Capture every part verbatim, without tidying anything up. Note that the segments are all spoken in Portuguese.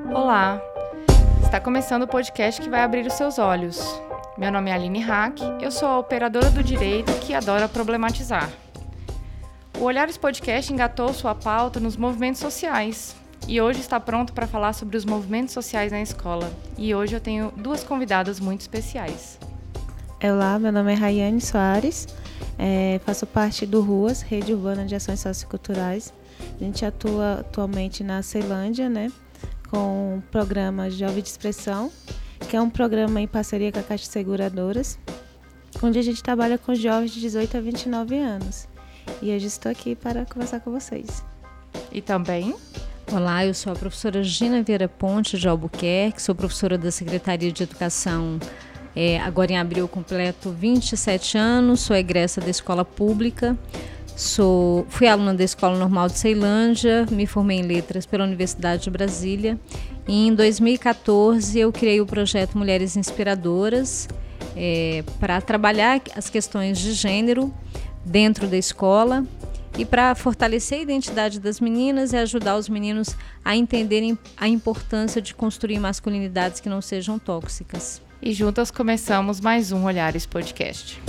Olá! Está começando o podcast que vai abrir os seus olhos. Meu nome é Aline Hack, eu sou a operadora do direito que adora problematizar. O Olhares Podcast engatou sua pauta nos movimentos sociais e hoje está pronto para falar sobre os movimentos sociais na escola. E hoje eu tenho duas convidadas muito especiais. Olá, meu nome é Rayane Soares, é, faço parte do RUAS, Rede Urbana de Ações Socioculturais. A gente atua atualmente na Ceilândia, né, com o programa Jovem de Expressão, que é um programa em parceria com a Caixa de Seguradoras, onde a gente trabalha com jovens de dezoito a vinte e nove anos. E hoje estou aqui para conversar com vocês. E também... Olá, eu sou a professora Gina Vieira Ponte de Albuquerque, sou professora da Secretaria de Educação. É, agora em abril eu completo vinte e sete anos, sou egressa da escola pública, sou, fui aluna da Escola Normal de Ceilândia, me formei em letras pela Universidade de Brasília e em dois mil e catorze eu criei o projeto Mulheres Inspiradoras é, para trabalhar as questões de gênero dentro da escola e para fortalecer a identidade das meninas e ajudar os meninos a entenderem a importância de construir masculinidades que não sejam tóxicas. E juntas começamos mais um Olhares Podcast.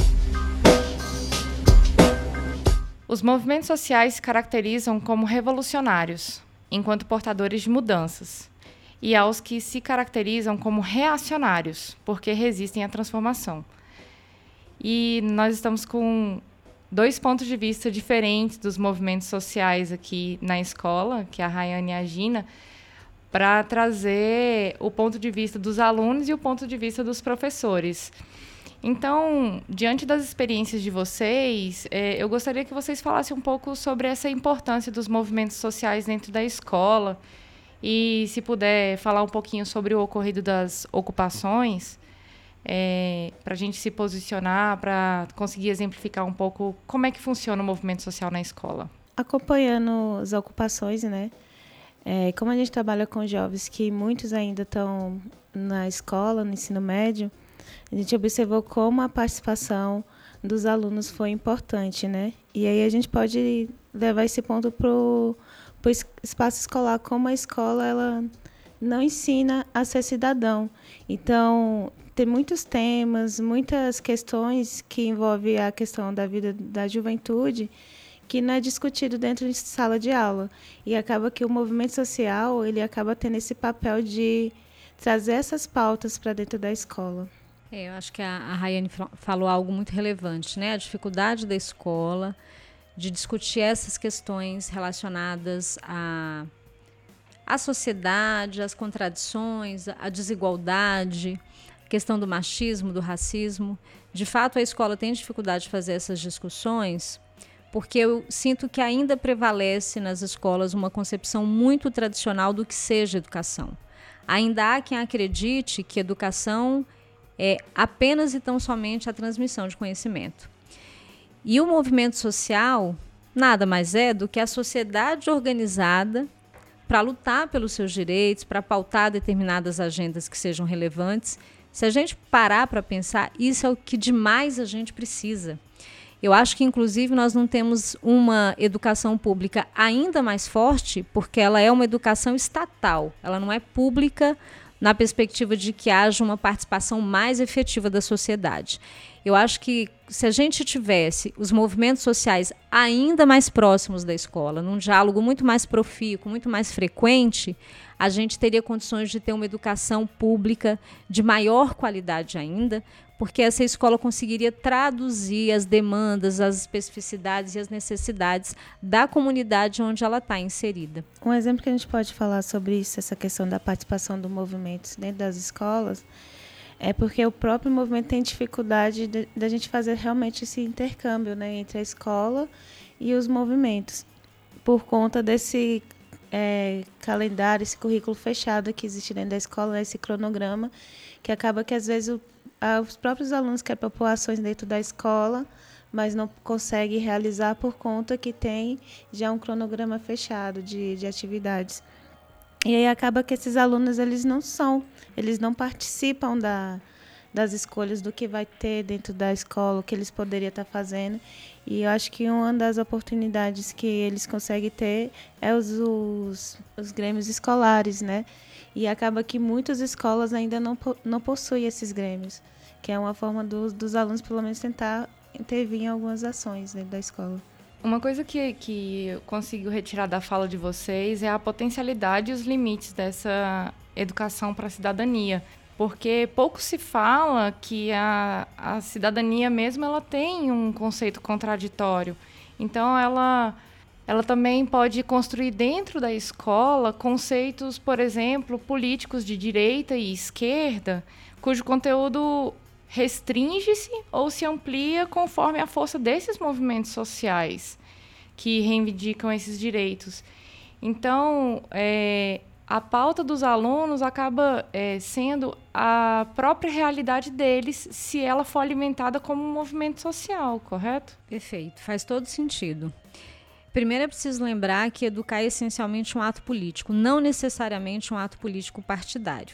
Os movimentos sociais se caracterizam como revolucionários, enquanto portadores de mudanças, e há os que se caracterizam como reacionários, porque resistem à transformação. E nós estamos com dois pontos de vista diferentes dos movimentos sociais aqui na escola, que é a Rayane e a Gina, para trazer o ponto de vista dos alunos e o ponto de vista dos professores. Então, diante das experiências de vocês, eh, eu gostaria que vocês falassem um pouco sobre essa importância dos movimentos sociais dentro da escola e, se puder, falar um pouquinho sobre o ocorrido das ocupações, eh, para a gente se posicionar, para conseguir exemplificar um pouco como é que funciona o movimento social na escola. Acompanhando as ocupações, né? É, como a gente trabalha com jovens que muitos ainda estão na escola, no ensino médio, a gente observou como a participação dos alunos foi importante, né? E aí a gente pode levar esse ponto para o espaço escolar, como a escola ela não ensina a ser cidadão. Então, tem muitos temas, muitas questões que envolvem a questão da vida da juventude, que não é discutido dentro de sala de aula. E acaba que o movimento social ele acaba tendo esse papel de trazer essas pautas para dentro da escola. É, eu acho que a, a Rayane falou algo muito relevante, né? A dificuldade da escola de discutir essas questões relacionadas à, à sociedade, às contradições, à desigualdade, a questão do machismo, do racismo. De fato, a escola tem dificuldade de fazer essas discussões porque eu sinto que ainda prevalece nas escolas uma concepção muito tradicional do que seja educação. Ainda há quem acredite que educação é apenas e tão somente a transmissão de conhecimento. E o movimento social nada mais é do que a sociedade organizada para lutar pelos seus direitos, para pautar determinadas agendas que sejam relevantes. Se a gente parar para pensar, isso é o que demais a gente precisa. Eu acho que, inclusive, nós não temos uma educação pública ainda mais forte, porque ela é uma educação estatal, ela não é pública na perspectiva de que haja uma participação mais efetiva da sociedade. Eu acho que se a gente tivesse os movimentos sociais ainda mais próximos da escola, num diálogo muito mais profícuo, muito mais frequente, a gente teria condições de ter uma educação pública de maior qualidade ainda, porque essa escola conseguiria traduzir as demandas, as especificidades e as necessidades da comunidade onde ela está inserida. Um exemplo que a gente pode falar sobre isso, essa questão da participação do movimento dentro das escolas, é porque o próprio movimento tem dificuldade da gente fazer realmente esse intercâmbio, né, entre a escola e os movimentos, por conta desse é, calendário, esse currículo fechado que existe dentro da escola, né, esse cronograma, que acaba que às vezes o os próprios alunos querem propor ações dentro da escola, mas não conseguem realizar por conta que tem já um cronograma fechado de, de atividades. E aí acaba que esses alunos eles não são, eles não participam da, das escolhas do que vai ter dentro da escola, o que eles poderiam estar fazendo. E eu acho que uma das oportunidades que eles conseguem ter é os, os, os grêmios escolares, né? E acaba que muitas escolas ainda não, não possuem esses grêmios, que é uma forma do, dos alunos, pelo menos, tentar intervir em algumas ações dentro da escola. Uma coisa que, que eu consigo retirar da fala de vocês é a potencialidade e os limites dessa educação para a cidadania. Porque pouco se fala que a, a cidadania mesmo ela tem um conceito contraditório. Então, ela, ela também pode construir dentro da escola conceitos, por exemplo, políticos de direita e esquerda, cujo conteúdo restringe-se ou se amplia conforme a força desses movimentos sociais que reivindicam esses direitos. Então, é, a pauta dos alunos acaba é, sendo a própria realidade deles, se ela for alimentada como um movimento social, correto? Perfeito, faz todo sentido. Primeiro é preciso lembrar que educar é essencialmente um ato político, não necessariamente um ato político partidário.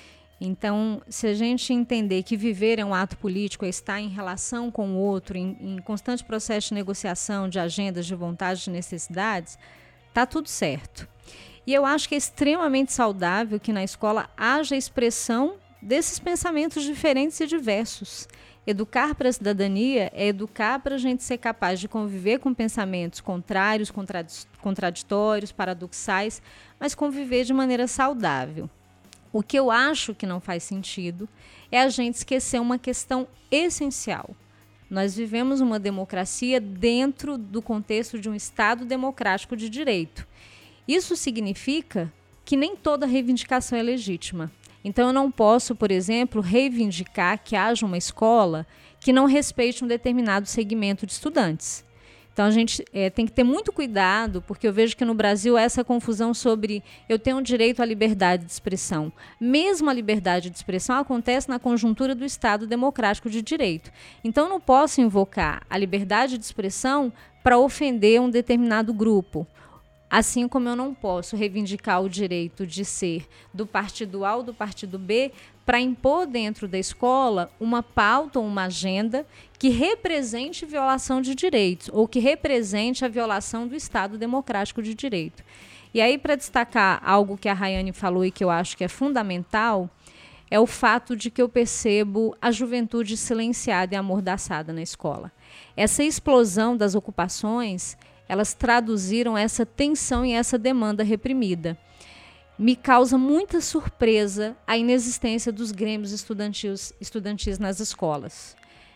Então, se a gente entender que viver é um ato político, é estar em relação com o outro, em, em constante processo de negociação, de agendas, de vontades, de necessidades, está tudo certo. E eu acho que é extremamente saudável que na escola haja expressão desses pensamentos diferentes e diversos. Educar para a cidadania é educar para a gente ser capaz de conviver com pensamentos contrários, contraditórios, paradoxais, mas conviver de maneira saudável. O que eu acho que não faz sentido é a gente esquecer uma questão essencial. Nós vivemos uma democracia dentro do contexto de um Estado democrático de direito. Isso significa que nem toda reivindicação é legítima. Então, eu não posso, por exemplo, reivindicar que haja uma escola que não respeite um determinado segmento de estudantes. Então, a gente é, tem que ter muito cuidado, porque eu vejo que no Brasil há essa confusão sobre eu tenho direito à liberdade de expressão. Mesmo a liberdade de expressão acontece na conjuntura do Estado democrático de direito. Então, eu não posso invocar a liberdade de expressão para ofender um determinado grupo. Assim como eu não posso reivindicar o direito de ser do partido A ou do partido B para impor dentro da escola uma pauta ou uma agenda que represente violação de direitos ou que represente a violação do Estado democrático de direito. E aí, para destacar algo que a Rayane falou e que eu acho que é fundamental, é o fato de que eu percebo a juventude silenciada e amordaçada na escola. Essa explosão das ocupações, elas traduziram essa tensão e essa demanda reprimida. Me causa muita surpresa a inexistência dos grêmios estudantis, estudantis nas escolas.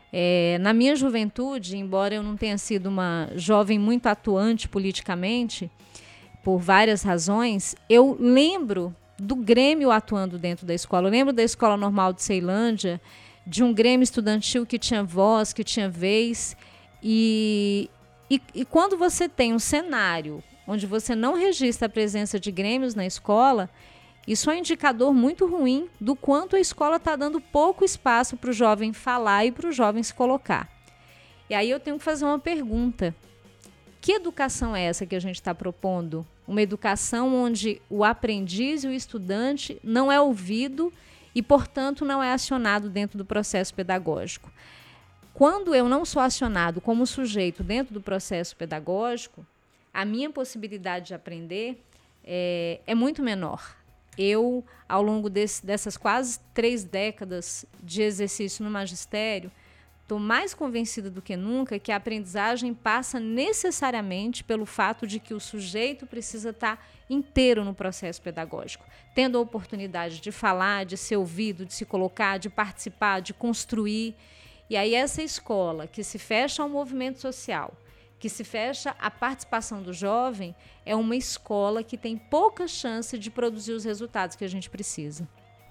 É, na minha juventude, embora eu não tenha sido uma jovem muito atuante politicamente, por várias razões, eu lembro do grêmio atuando dentro da escola. Eu lembro da Escola Normal de Ceilândia, de um grêmio estudantil que tinha voz, que tinha vez, e... E, e quando você tem um cenário onde você não registra a presença de grêmios na escola, isso é um indicador muito ruim do quanto a escola está dando pouco espaço para o jovem falar e para o jovem se colocar. E aí eu tenho que fazer uma pergunta. Que educação é essa que a gente está propondo? Uma educação onde o aprendiz e o estudante não é ouvido e, portanto, não é acionado dentro do processo pedagógico. Quando eu não sou acionado como sujeito dentro do processo pedagógico, a minha possibilidade de aprender é, é muito menor. Eu, ao longo desse, dessas quase três décadas de exercício no magistério, estou mais convencida do que nunca que a aprendizagem passa necessariamente pelo fato de que o sujeito precisa estar inteiro no processo pedagógico, tendo a oportunidade de falar, de ser ouvido, de se colocar, de participar, de construir. E aí essa escola que se fecha ao movimento social, que se fecha à participação do jovem, é uma escola que tem pouca chance de produzir os resultados que a gente precisa.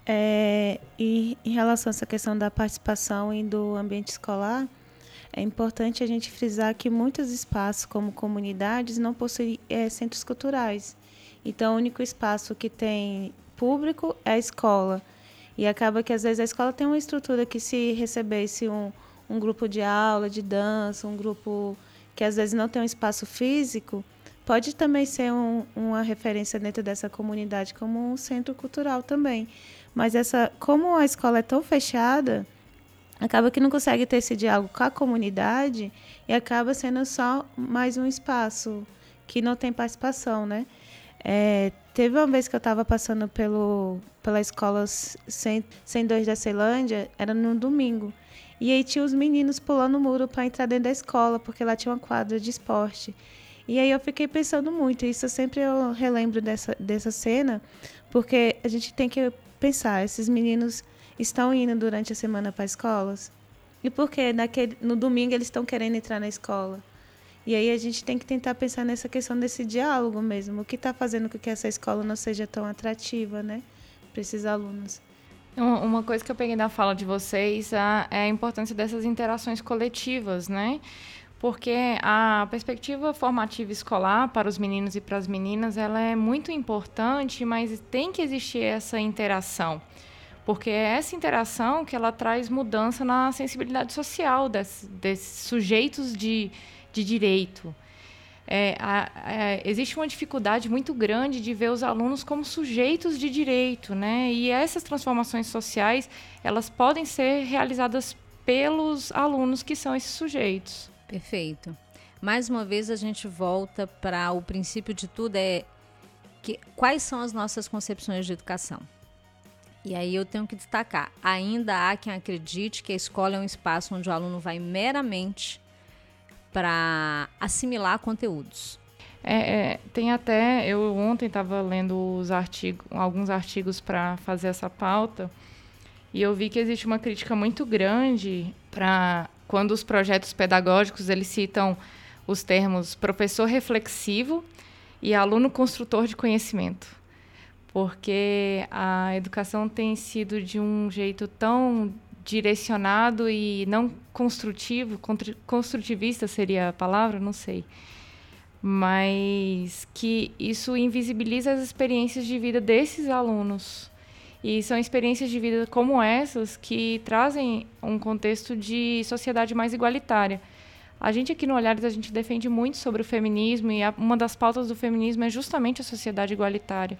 É, e em relação a essa questão da participação e do ambiente escolar, é importante a gente frisar que muitos espaços, como comunidades, não possuem é, centros culturais. Então, o único espaço que tem público é a escola. E acaba que, às vezes, a escola tem uma estrutura que, se recebesse um, um grupo de aula, de dança, um grupo que, às vezes, não tem um espaço físico, pode também ser um, uma referência dentro dessa comunidade como um centro cultural também. Mas, essa, como a escola é tão fechada, acaba que não consegue ter esse diálogo com a comunidade e acaba sendo só mais um espaço que não tem participação, né? É, teve uma vez que eu estava passando pelo, pela escola cem e dois da Ceilândia, era no domingo. E aí tinha os meninos pulando o muro para entrar dentro da escola, porque lá tinha uma quadra de esporte. E aí eu fiquei pensando muito, isso sempre eu relembro dessa, dessa cena, porque a gente tem que pensar, esses meninos estão indo durante a semana para escolas? E por que naquele, no domingo eles estão querendo entrar na escola? E aí a gente tem que tentar pensar nessa questão desse diálogo mesmo, o que está fazendo com que essa escola não seja tão atrativa, né, para esses alunos. Uma coisa que eu peguei da fala de vocês é a importância dessas interações coletivas, né? Porque a perspectiva formativa escolar para os meninos e para as meninas, ela é muito importante, mas tem que existir essa interação. Porque é essa interação que ela traz mudança na sensibilidade social desses, desses sujeitos de, de direito. É, a, a, existe uma dificuldade muito grande de ver os alunos como sujeitos de direito, né? E essas transformações sociais, elas podem ser realizadas pelos alunos que são esses sujeitos. Perfeito. Mais uma vez a gente volta para o princípio de tudo, é que, quais são as nossas concepções de educação? E aí eu tenho que destacar, ainda há quem acredite que a escola é um espaço onde o aluno vai meramente para assimilar conteúdos. É, é, tem até, eu ontem estava lendo os artigos, alguns artigos para fazer essa pauta, e eu vi que existe uma crítica muito grande para quando os projetos pedagógicos eles citam os termos professor reflexivo e aluno construtor de conhecimento. Porque a educação tem sido de um jeito tão direcionado e não construtivo, construtivista seria a palavra, não sei, mas que isso invisibiliza as experiências de vida desses alunos. E são experiências de vida como essas que trazem um contexto de sociedade mais igualitária. A gente aqui no Olhares, a gente defende muito sobre o feminismo, e a, uma das pautas do feminismo é justamente a sociedade igualitária.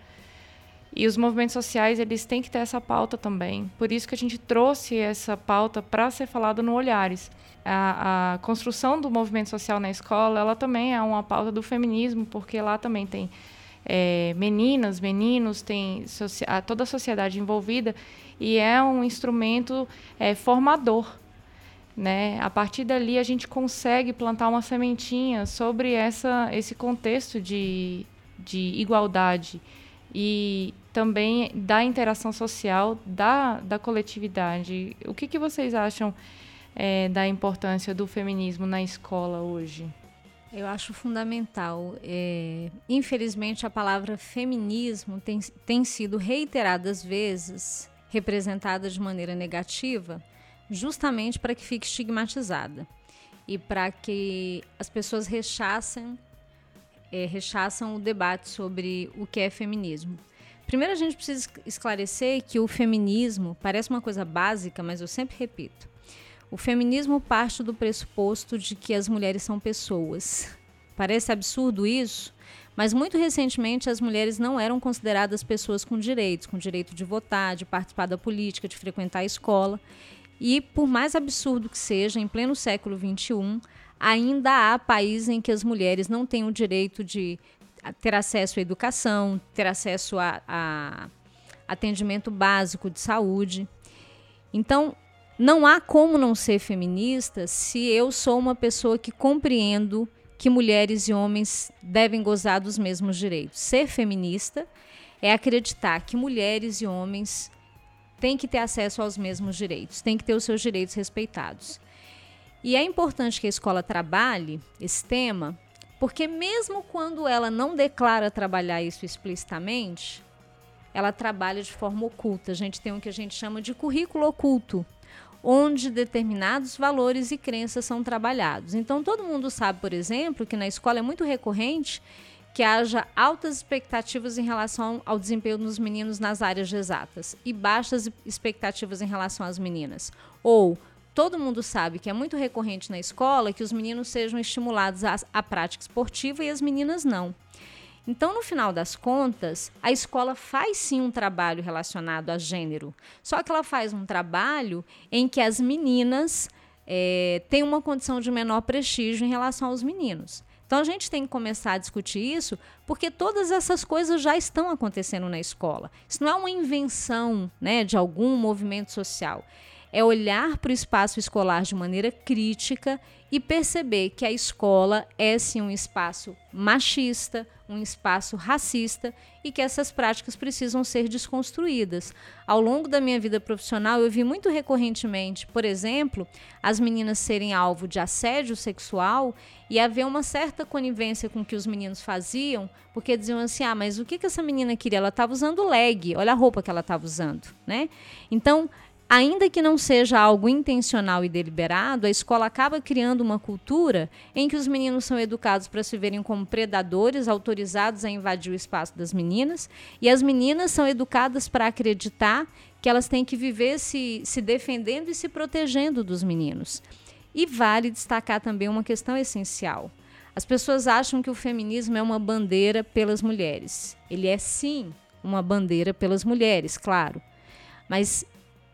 E os movimentos sociais, eles têm que ter essa pauta também. Por isso que a gente trouxe essa pauta para ser falada no Olhares. A, a construção do movimento social na escola, ela também é uma pauta do feminismo, porque lá também tem é, meninas, meninos, tem a, toda a sociedade envolvida, e é um instrumento é, formador, né? A partir dali, a gente consegue plantar uma sementinha sobre essa, esse contexto de, de igualdade e também da interação social, da, da coletividade. O que, que vocês acham é, da importância do feminismo na escola hoje? Eu acho fundamental. É, infelizmente, a palavra feminismo tem, tem sido reiteradas vezes representada de maneira negativa, justamente para que fique estigmatizada e para que as pessoas rechaçem É, rechaçam o debate sobre o que é feminismo. Primeiro, a gente precisa esclarecer que o feminismo parece uma coisa básica, mas eu sempre repito. O feminismo parte do pressuposto de que as mulheres são pessoas. Parece absurdo isso, mas muito recentemente as mulheres não eram consideradas pessoas com direitos, com direito de votar, de participar da política, de frequentar a escola. E, por mais absurdo que seja, em pleno século vinte e um, ainda há países em que as mulheres não têm o direito de ter acesso à educação, ter acesso a, a atendimento básico de saúde. Então, não há como não ser feminista se eu sou uma pessoa que compreendo que mulheres e homens devem gozar dos mesmos direitos. Ser feminista é acreditar que mulheres e homens têm que ter acesso aos mesmos direitos, têm que ter os seus direitos respeitados. E é importante que a escola trabalhe esse tema, porque mesmo quando ela não declara trabalhar isso explicitamente, ela trabalha de forma oculta. A gente tem o que a gente chama de currículo oculto, onde determinados valores e crenças são trabalhados. Então, todo mundo sabe, por exemplo, que na escola é muito recorrente que haja altas expectativas em relação ao desempenho dos meninos nas áreas de exatas e baixas expectativas em relação às meninas. Ou todo mundo sabe que é muito recorrente na escola que os meninos sejam estimulados à, à prática esportiva e as meninas não. Então, no final das contas, a escola faz sim um trabalho relacionado a gênero, só que ela faz um trabalho em que as meninas é, têm uma condição de menor prestígio em relação aos meninos. Então, a gente tem que começar a discutir isso, porque todas essas coisas já estão acontecendo na escola. Isso não é uma invenção, né, de algum movimento social. É olhar para o espaço escolar de maneira crítica e perceber que a escola é, sim, um espaço machista, um espaço racista e que essas práticas precisam ser desconstruídas. Ao longo da minha vida profissional, eu vi muito recorrentemente, por exemplo, as meninas serem alvo de assédio sexual e haver uma certa conivência com o que os meninos faziam, porque diziam assim, ah, mas o que, que essa menina queria? Ela estava usando leg, olha a roupa que ela estava usando, né? Então, ainda que não seja algo intencional e deliberado, a escola acaba criando uma cultura em que os meninos são educados para se verem como predadores, autorizados a invadir o espaço das meninas, e as meninas são educadas para acreditar que elas têm que viver se, se defendendo e se protegendo dos meninos. E vale destacar também uma questão essencial. As pessoas acham que o feminismo é uma bandeira pelas mulheres. Ele é, sim, uma bandeira pelas mulheres, claro, mas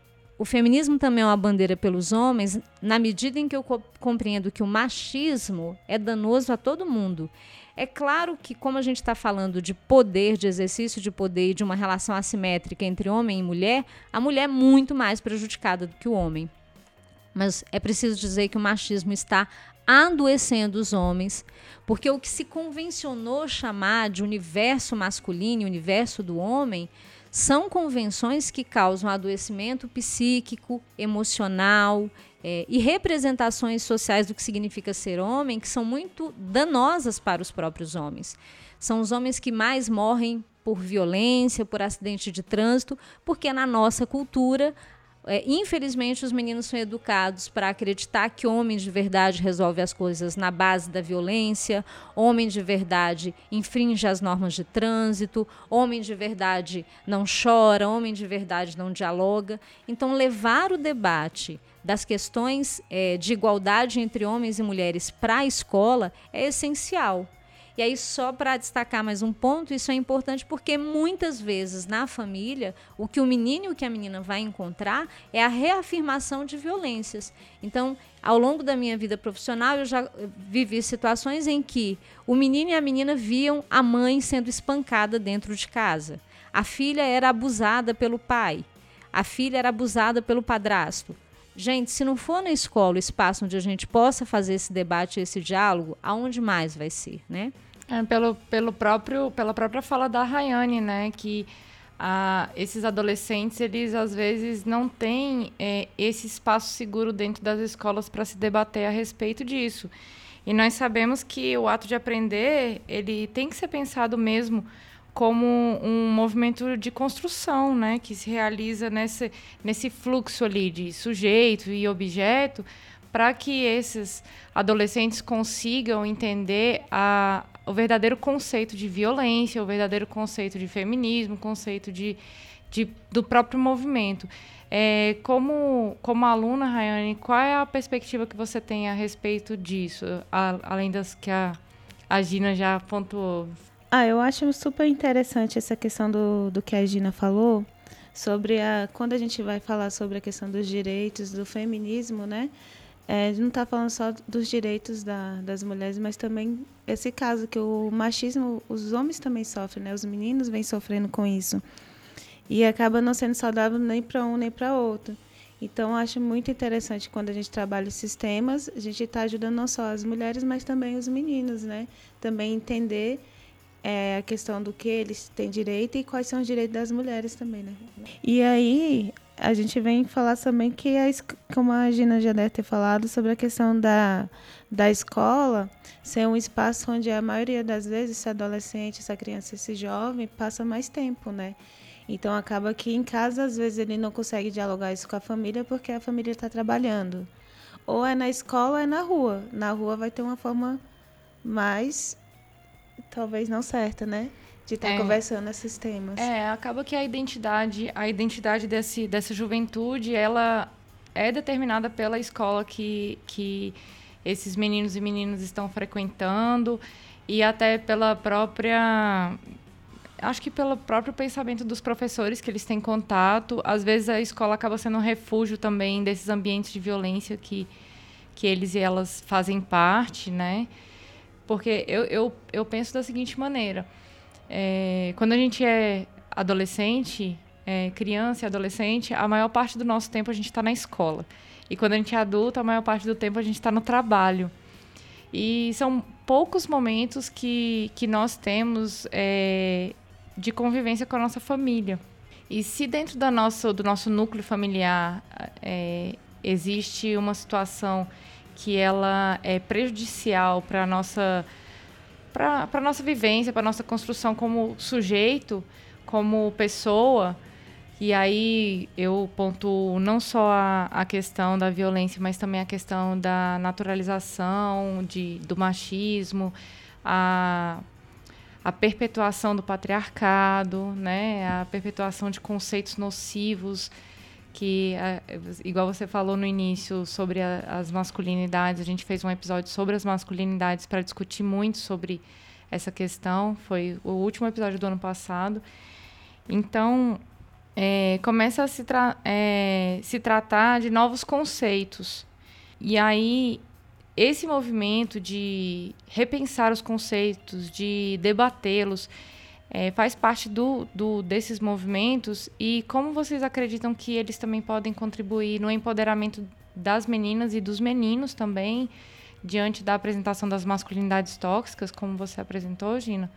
o feminismo também é uma bandeira pelos homens, na medida em que eu co- compreendo que o machismo é danoso a todo mundo. É claro que, como a gente está falando de poder, de exercício de poder e de uma relação assimétrica entre homem e mulher, a mulher é muito mais prejudicada do que o homem. Mas é preciso dizer que o machismo está adoecendo os homens, porque o que se convencionou chamar de universo masculino e universo do homem são convenções que causam adoecimento psíquico, emocional é, e representações sociais do que significa ser homem que são muito danosas para os próprios homens. São os homens que mais morrem por violência, por acidente de trânsito, porque na nossa cultura, é, infelizmente, os meninos são educados para acreditar que homem de verdade resolve as coisas na base da violência, homem de verdade infringe as normas de trânsito, homem de verdade não chora, homem de verdade não dialoga. Então, levar o debate das questões é, de igualdade entre homens e mulheres para a escola é essencial. E aí, só para destacar mais um ponto, isso é importante porque muitas vezes na família, o que o menino e o que a menina vai encontrar é a reafirmação de violências. Então, ao longo da minha vida profissional, eu já vivi situações em que o menino e a menina viam a mãe sendo espancada dentro de casa. A filha era abusada pelo pai. A filha era abusada pelo padrasto. Gente, se não for na escola o espaço onde a gente possa fazer esse debate, esse diálogo, aonde mais vai ser, né? É, pelo, pelo próprio, pela própria fala da Rayane, né? Que ah, esses adolescentes, eles às vezes não têm é, esse espaço seguro dentro das escolas para se debater a respeito disso. E nós sabemos que o ato de aprender, ele tem que ser pensado mesmo como um movimento de construção, né, que se realiza nesse, nesse fluxo ali de sujeito e objeto, para que esses adolescentes consigam entender a, o verdadeiro conceito de violência, o verdadeiro conceito de feminismo, o conceito de, de, do próprio movimento. É, como, como aluna, Rayane, qual é a perspectiva que você tem a respeito disso, a, além das que a, a Gina já pontuou? Ah, eu acho super interessante essa questão do, do que a Gina falou, sobre a, quando a gente vai falar sobre a questão dos direitos, do feminismo, né? É, a gente não está falando só dos direitos da, das mulheres, mas também esse caso que o machismo, os homens também sofrem, né? Os meninos vêm sofrendo com isso. E acaba não sendo saudável nem para um nem para outro. Então, eu acho muito interessante quando a gente trabalha esses temas, a gente está ajudando não só as mulheres, mas também os meninos, né? Também entender É a questão do que eles têm direito e quais são os direitos das mulheres também, né? E aí, a gente vem falar também que, a, como a Gina já deve ter falado, sobre a questão da, da escola ser um espaço onde a maioria das vezes esse adolescente, essa criança, esse jovem passa mais tempo, né? Então, acaba que em casa, às vezes, ele não consegue dialogar isso com a família porque a família está trabalhando. Ou é na escola ou é na rua. Na rua vai ter uma forma mais... talvez não certa, né? De estar é. conversando esses temas. É, acaba que a identidade, a identidade desse, dessa juventude, ela é determinada pela escola que, que esses meninos e meninas estão frequentando e até pela própria... Acho que pelo próprio pensamento dos professores que eles têm contato. Às vezes a escola acaba sendo um refúgio também desses ambientes de violência que, que eles e elas fazem parte, né? Porque eu, eu, eu penso da seguinte maneira. É, quando a gente é adolescente, é, criança e adolescente, a maior parte do nosso tempo a gente está na escola. E quando a gente é adulto, a maior parte do tempo a gente está no trabalho. E são poucos momentos que, que nós temos é, de convivência com a nossa família. E se dentro da nossa, do nosso núcleo familiar é, existe uma situação que ela é prejudicial para a nossa, para a nossa vivência, para a nossa construção como sujeito, como pessoa, e aí eu pontuo não só a, a questão da violência, mas também a questão da naturalização de, do machismo, a, a perpetuação do patriarcado, né? A perpetuação de conceitos nocivos, que, igual você falou no início sobre a, as masculinidades, a gente fez um episódio sobre as masculinidades para discutir muito sobre essa questão, foi o último episódio do ano passado. Então, é, começa a se, tra- é, se tratar de novos conceitos. E aí, esse movimento de repensar os conceitos, de debatê-los, é, faz parte do, do, desses movimentos. E como vocês acreditam que eles também podem contribuir no empoderamento das meninas e dos meninos também, diante da apresentação das masculinidades tóxicas, como você apresentou, Gina?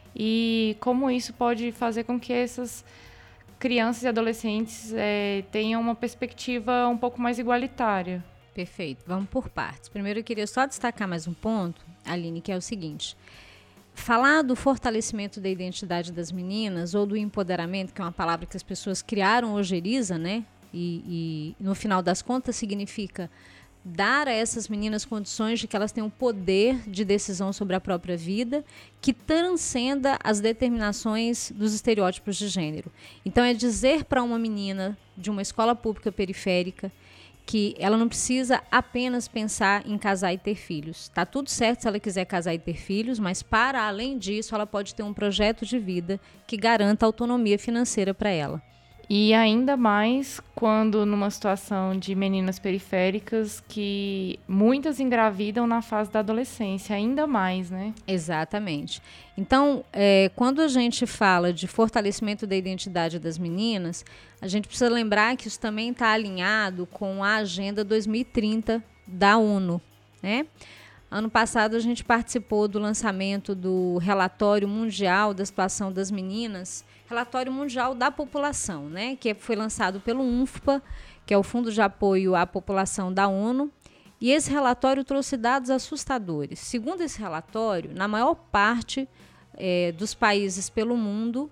E como isso pode fazer com que essas crianças e adolescentes é, tenham uma perspectiva um pouco mais igualitária? Perfeito. Vamos por partes. Primeiro, eu queria só destacar mais um ponto, Aline, que é o seguinte. Falar do fortalecimento da identidade das meninas ou do empoderamento, que é uma palavra que as pessoas criaram ojeriza, né? E, e no final das contas significa dar a essas meninas condições de que elas tenham poder de decisão sobre a própria vida, que transcenda as determinações dos estereótipos de gênero. Então, é dizer para uma menina de uma escola pública periférica que ela não precisa apenas pensar em casar e ter filhos. Está tudo certo se ela quiser casar e ter filhos, mas, para além disso, ela pode ter um projeto de vida que garanta autonomia financeira para ela. E ainda mais quando numa situação de meninas periféricas que muitas engravidam na fase da adolescência, ainda mais, né? Exatamente. Então, é, quando a gente fala de fortalecimento da identidade das meninas, a gente precisa lembrar que isso também está alinhado com a Agenda dois mil e trinta da ONU, né? Ano passado a gente participou do lançamento do Relatório Mundial da Situação das Meninas, Relatório Mundial da População, né, que foi lançado pelo UNFPA, que é o Fundo de Apoio à População da ONU, e esse relatório trouxe dados assustadores. Segundo esse relatório, na maior parte é, dos países pelo mundo,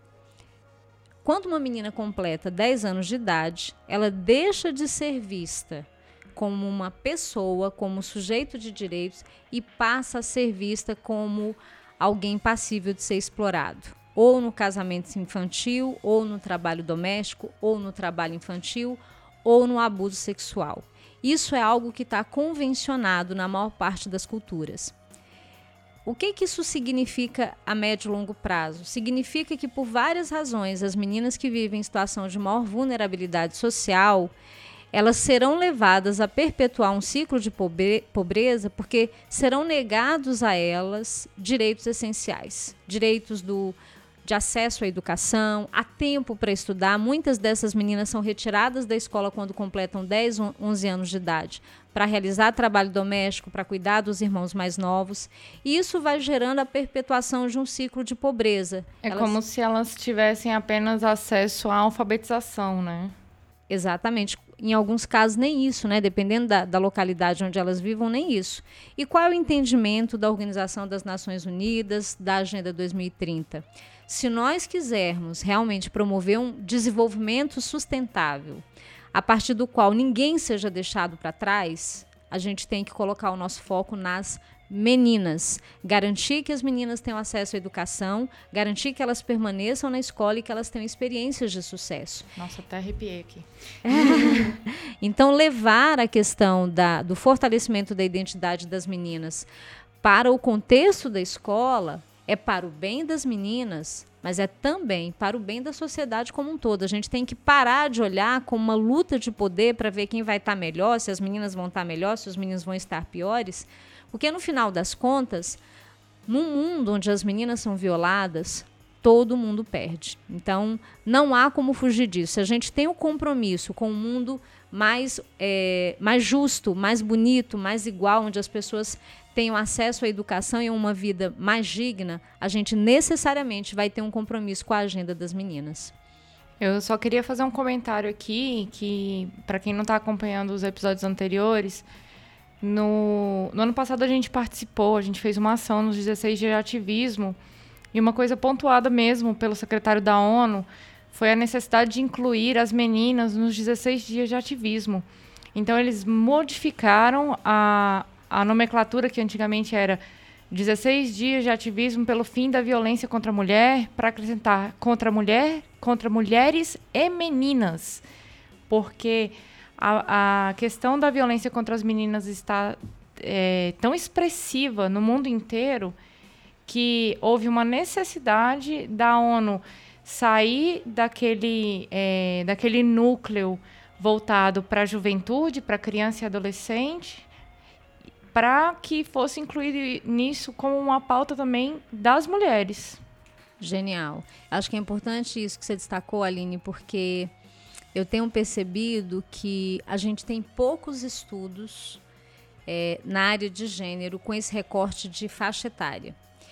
quando uma menina completa dez anos de idade, ela deixa de ser vista como uma pessoa, como sujeito de direitos, e passa a ser vista como alguém passível de ser explorado, ou no casamento infantil, ou no trabalho doméstico, ou no trabalho infantil, ou no abuso sexual. Isso é algo que está convencionado na maior parte das culturas. O que, que isso significa a médio e longo prazo? Significa que, por várias razões, as meninas que vivem em situação de maior vulnerabilidade social, elas serão levadas a perpetuar um ciclo de pobreza porque serão negados a elas direitos essenciais, direitos do, de acesso à educação, a tempo para estudar. Muitas dessas meninas são retiradas da escola quando completam dez, onze anos de idade para realizar trabalho doméstico, para cuidar dos irmãos mais novos. E isso vai gerando a perpetuação de um ciclo de pobreza. É elas... como se elas tivessem apenas acesso à alfabetização, né? Exatamente. Em alguns casos, nem isso, né? Dependendo da, da localidade onde elas vivam, nem isso. E qual é o entendimento da Organização das Nações Unidas, da Agenda dois mil e trinta? Se nós quisermos realmente promover um desenvolvimento sustentável, a partir do qual ninguém seja deixado para trás, a gente tem que colocar o nosso foco nas meninas, garantir que as meninas tenham acesso à educação, garantir que elas permaneçam na escola e que elas tenham experiências de sucesso. Nossa, até arrepiei aqui. Então, levar a questão da, do fortalecimento da identidade das meninas para o contexto da escola é para o bem das meninas, mas é também para o bem da sociedade como um todo. A gente tem que parar de olhar como uma luta de poder para ver quem vai estar melhor, se as meninas vão estar melhor, se os meninos vão estar piores. Porque, no final das contas, Num mundo onde as meninas são violadas, todo mundo perde. Então, não há como fugir disso. Se a gente tem um compromisso com um mundo mais, é, mais justo, mais bonito, mais igual, onde as pessoas tenham acesso à educação e a uma vida mais digna, a gente necessariamente vai ter um compromisso com a agenda das meninas. Eu só queria fazer um comentário aqui, que para quem não está acompanhando os episódios anteriores, no, no ano passado a gente participou, a gente fez uma ação nos dezesseis dias de ativismo, e uma coisa pontuada mesmo pelo secretário da ONU foi a necessidade de incluir as meninas nos dezesseis dias de ativismo. Então eles modificaram a, a nomenclatura que antigamente era dezesseis dias de ativismo pelo fim da violência contra a mulher, para acrescentar contra a mulher, contra mulheres e meninas, porque a, a questão da violência contra as meninas está é, tão expressiva no mundo inteiro que houve uma necessidade da ONU sair daquele, é, daquele núcleo voltado para a juventude, para criança e adolescente, para que fosse incluído nisso como uma pauta também das mulheres. Genial. Acho que é importante isso que você destacou, Aline, porque eu tenho percebido que a gente tem poucos estudos é, na área de gênero com esse recorte de faixa etária.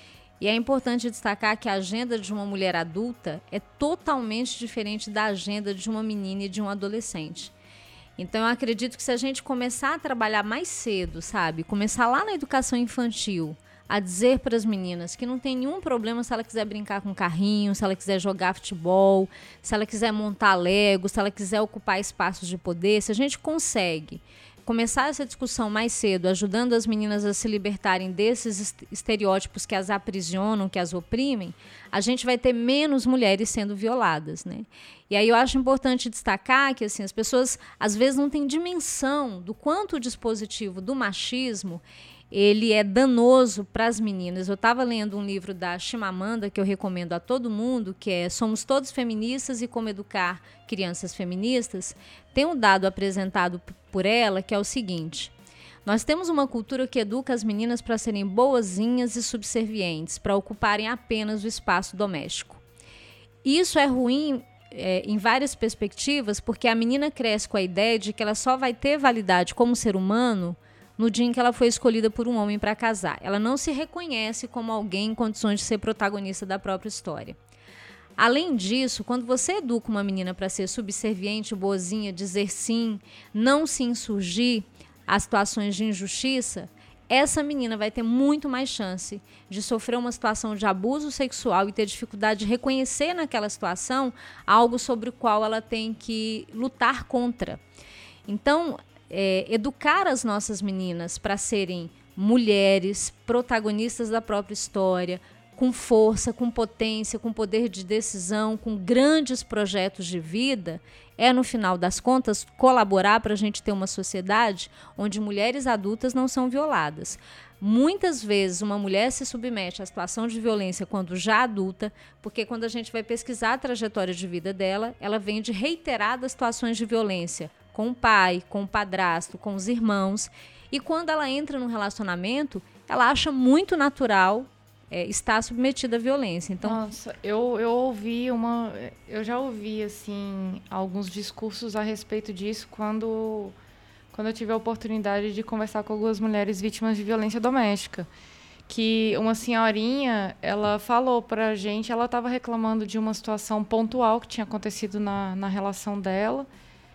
E é importante destacar que a agenda de uma mulher adulta é totalmente diferente da agenda de uma menina e de um adolescente. Então, eu acredito que se a gente começar a trabalhar mais cedo, sabe? Começar lá na educação infantil, a dizer para as meninas que não tem nenhum problema se ela quiser brincar com carrinho, se ela quiser jogar futebol, se ela quiser montar Lego, se ela quiser ocupar espaços de poder, se a gente consegue começar essa discussão mais cedo, ajudando as meninas a se libertarem desses estereótipos que as aprisionam, que as oprimem, a gente vai ter menos mulheres sendo violadas, né? E aí eu acho importante destacar que assim, as pessoas às vezes não têm dimensão do quanto o dispositivo do machismo ele é danoso para as meninas. Eu estava lendo um livro da Chimamanda, que eu recomendo a todo mundo, que é Somos Todos Feministas e Como Educar Crianças Feministas. Tem um dado apresentado por ela, que é o seguinte: nós temos uma cultura que educa as meninas para serem boazinhas e subservientes, para ocuparem apenas o espaço doméstico. Isso é ruim é, em várias perspectivas, porque a menina cresce com a ideia de que ela só vai ter validade como ser humano no dia em que ela foi escolhida por um homem para casar. Ela não se reconhece como alguém em condições de ser protagonista da própria história. Além disso, quando você educa uma menina para ser subserviente, boazinha, dizer sim, não se insurgir às situações de injustiça, essa menina vai ter muito mais chance de sofrer uma situação de abuso sexual e ter dificuldade de reconhecer naquela situação algo sobre o qual ela tem que lutar contra. Então, É, educar as nossas meninas para serem mulheres, protagonistas da própria história, com força, com potência, com poder de decisão, com grandes projetos de vida, é, no final das contas, colaborar para a gente ter uma sociedade onde mulheres adultas não são violadas. Muitas vezes uma mulher se submete à situação de violência quando já adulta, porque quando a gente vai pesquisar a trajetória de vida dela, ela vem de reiteradas situações de violência com o pai, com o padrasto, com os irmãos. E quando ela entra num relacionamento, ela acha muito natural é, estar submetida à violência. Então, nossa, eu, eu ouvi uma... Eu já ouvi, assim, alguns discursos a respeito disso quando, quando eu tive a oportunidade de conversar com algumas mulheres vítimas de violência doméstica. Que uma senhorinha, ela falou pra gente, ela estava reclamando de uma situação pontual que tinha acontecido na, na relação dela.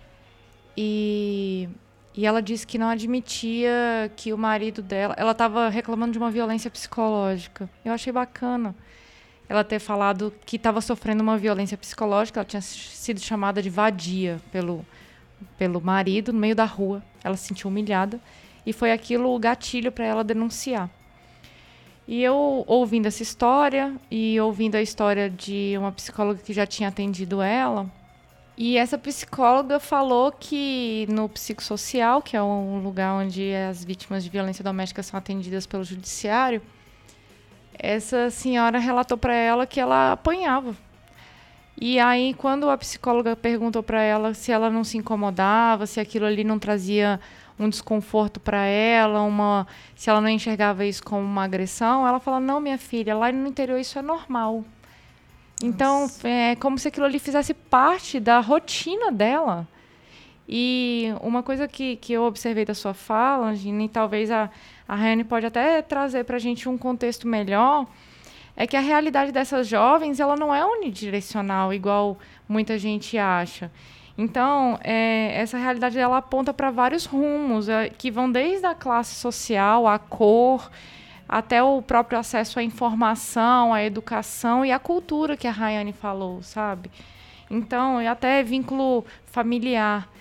E, e ela disse que não admitia que o marido dela... Ela estava reclamando de uma violência psicológica. Eu achei bacana ela ter falado que estava sofrendo uma violência psicológica. Ela tinha sido chamada de vadia pelo, pelo marido no meio da rua. Ela se sentiu humilhada. E foi aquilo o gatilho para ela denunciar. E eu, ouvindo essa história e ouvindo a história de uma psicóloga que já tinha atendido ela... E essa psicóloga falou que no psicossocial, que é um lugar onde as vítimas de violência doméstica são atendidas pelo judiciário, essa senhora relatou para ela que ela apanhava. E aí, quando a psicóloga perguntou para ela se ela não se incomodava, se aquilo ali não trazia um desconforto para ela, uma, se ela não enxergava isso como uma agressão, ela fala, não, minha filha, lá no interior isso é normal. Então, Nossa. é como se aquilo ali fizesse parte da rotina dela. E uma coisa que, que eu observei da sua fala, Angina, e talvez a, a Rayane pode até trazer para a gente um contexto melhor, é que a realidade dessas jovens ela não é unidirecional, igual muita gente acha. Então, é, essa realidade ela aponta para vários rumos, é, que vão desde a classe social, a cor, até o próprio acesso à informação, à educação e à cultura que a Rayane falou, sabe? Então, e até vínculo familiar.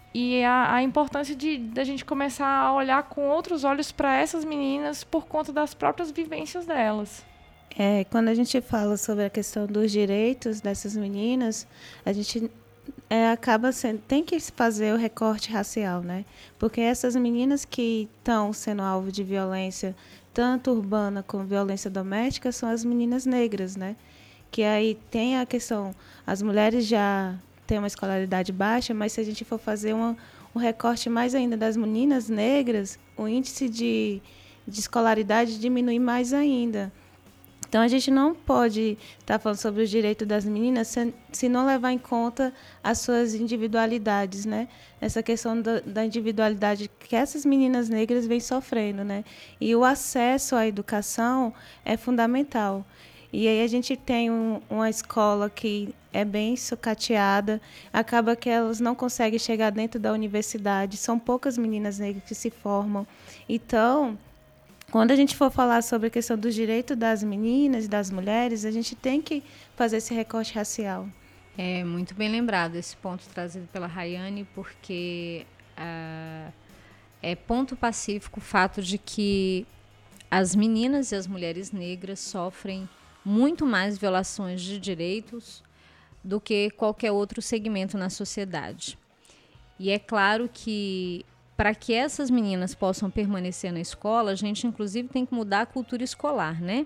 E a, a importância de, de a gente começar a olhar com outros olhos para essas meninas por conta das próprias vivências delas. É, quando a gente fala sobre a questão dos direitos dessas meninas, a gente é, acaba sendo, tem que fazer o recorte racial, né? Porque essas meninas que estão sendo alvo de violência, tanto urbana como violência doméstica, são as meninas negras, né? Que aí tem a questão, as mulheres já têm uma escolaridade baixa, mas se a gente for fazer uma, um recorte mais ainda das meninas negras, o índice de, de escolaridade diminui mais ainda. Então, a gente não pode estar falando sobre o direito das meninas se, se não levar em conta as suas individualidades, né? Essa questão da, da individualidade que essas meninas negras vêm sofrendo, né? E o acesso à educação é fundamental. E aí a gente tem um, uma escola que é bem sucateada, acaba que elas não conseguem chegar dentro da universidade, são poucas meninas negras que se formam. Então, quando a gente for falar sobre a questão do direito das meninas e das mulheres, a gente tem que fazer esse recorte racial. É muito bem lembrado esse ponto trazido pela Rayane, porque uh, é ponto pacífico o fato de que as meninas e as mulheres negras sofrem muito mais violações de direitos do que qualquer outro segmento na sociedade. E é claro que para que essas meninas possam permanecer na escola, a gente, inclusive, tem que mudar a cultura escolar, né?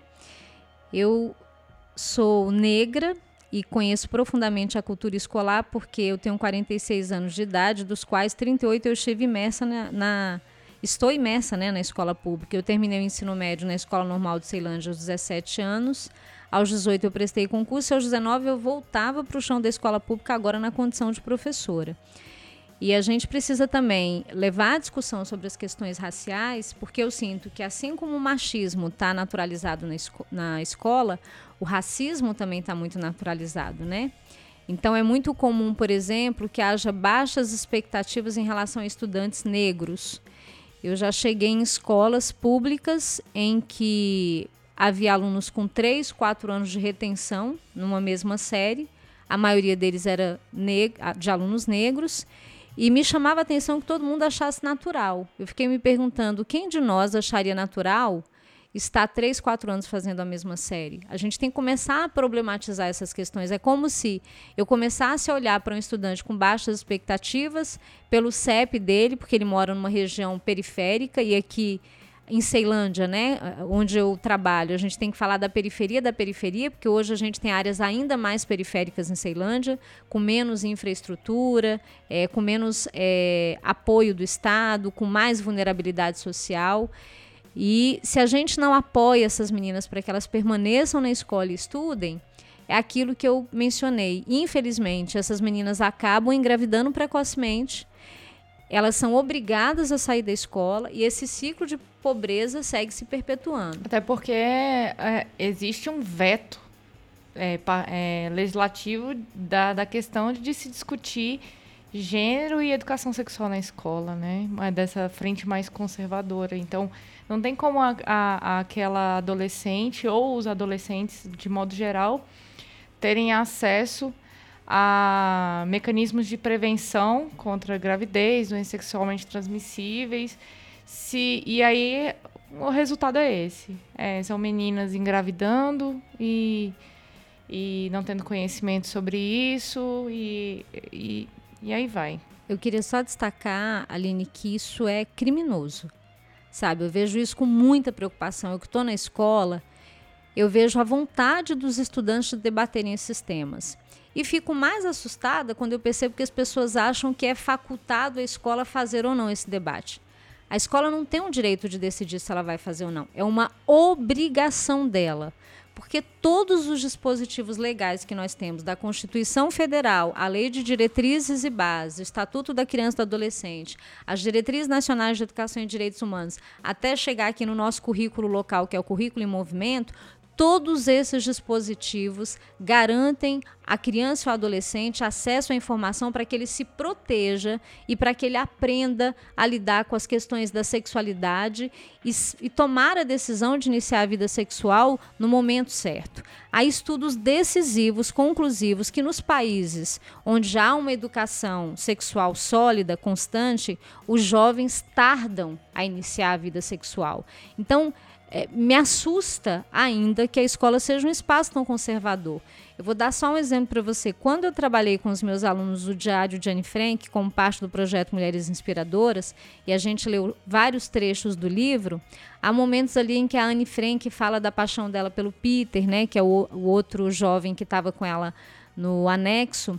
Eu sou negra e conheço profundamente a cultura escolar porque eu tenho quarenta e seis anos de idade, dos quais trinta e oito eu estive imersa na... na estou imersa, né, na escola pública. Eu terminei o ensino médio na Escola Normal de Ceilândia aos dezessete anos. Aos dezoito eu prestei concurso e aos dezenove eu voltava para o chão da escola pública, agora na condição de professora. E a gente precisa também levar a discussão sobre as questões raciais, porque eu sinto que assim como o machismo está naturalizado na, esco- na escola, o racismo também está muito naturalizado, né? Então é muito comum, por exemplo, que haja baixas expectativas em relação a estudantes negros. Eu já cheguei em escolas públicas em que havia alunos com três, quatro anos de retenção numa mesma série, a maioria deles era neg- de alunos negros, e me chamava a atenção que todo mundo achasse natural. Eu fiquei me perguntando, quem de nós acharia natural estar três, quatro anos fazendo a mesma série? A gente tem que começar a problematizar essas questões. É como se eu começasse a olhar para um estudante com baixas expectativas pelo C E P dele, porque ele mora numa região periférica, e aqui em Ceilândia, né, onde eu trabalho, a gente tem que falar da periferia da periferia, porque hoje a gente tem áreas ainda mais periféricas em Ceilândia, com menos infraestrutura, é, com menos é, apoio do Estado, com mais vulnerabilidade social. E se a gente não apoia essas meninas para que elas permaneçam na escola e estudem, é aquilo que eu mencionei. Infelizmente, essas meninas acabam engravidando precocemente, elas são obrigadas a sair da escola e esse ciclo de pobreza segue se perpetuando. Até porque é, existe um veto é, pa, é, legislativo da, da questão de se discutir gênero e educação sexual na escola, né? Dessa frente mais conservadora. Então, não tem como a, a, aquela adolescente ou os adolescentes, de modo geral, terem acesso a mecanismos de prevenção contra a gravidez, doenças sexualmente transmissíveis. Se, e aí, o resultado é esse. É, são meninas engravidando e, e não tendo conhecimento sobre isso e... e E aí vai. Eu queria só destacar, Aline, que isso é criminoso, sabe? Eu vejo isso com muita preocupação. Eu que estou na escola, eu vejo a vontade dos estudantes de debaterem esses temas. E fico mais assustada quando eu percebo que as pessoas acham que é facultado a escola fazer ou não esse debate. A escola não tem o direito de decidir se ela vai fazer ou não. É uma obrigação dela. Porque todos os dispositivos legais que nós temos, da Constituição Federal, a Lei de Diretrizes e Bases, o Estatuto da Criança e do Adolescente, as Diretrizes Nacionais de Educação e Direitos Humanos, até chegar aqui no nosso currículo local, que é o Currículo em Movimento, todos esses dispositivos garantem à criança e ao adolescente acesso à informação para que ele se proteja e para que ele aprenda a lidar com as questões da sexualidade e, e tomar a decisão de iniciar a vida sexual no momento certo. Há estudos decisivos, conclusivos, que nos países onde há uma educação sexual sólida, constante, os jovens tardam a iniciar a vida sexual. Então, É, me assusta ainda que a escola seja um espaço tão conservador. Eu vou dar só um exemplo para você. Quando eu trabalhei com os meus alunos do Diário de Anne Frank, como parte do projeto Mulheres Inspiradoras, e a gente leu vários trechos do livro, há momentos ali em que a Anne Frank fala da paixão dela pelo Peter, né, que é o, o outro jovem que estava com ela no anexo.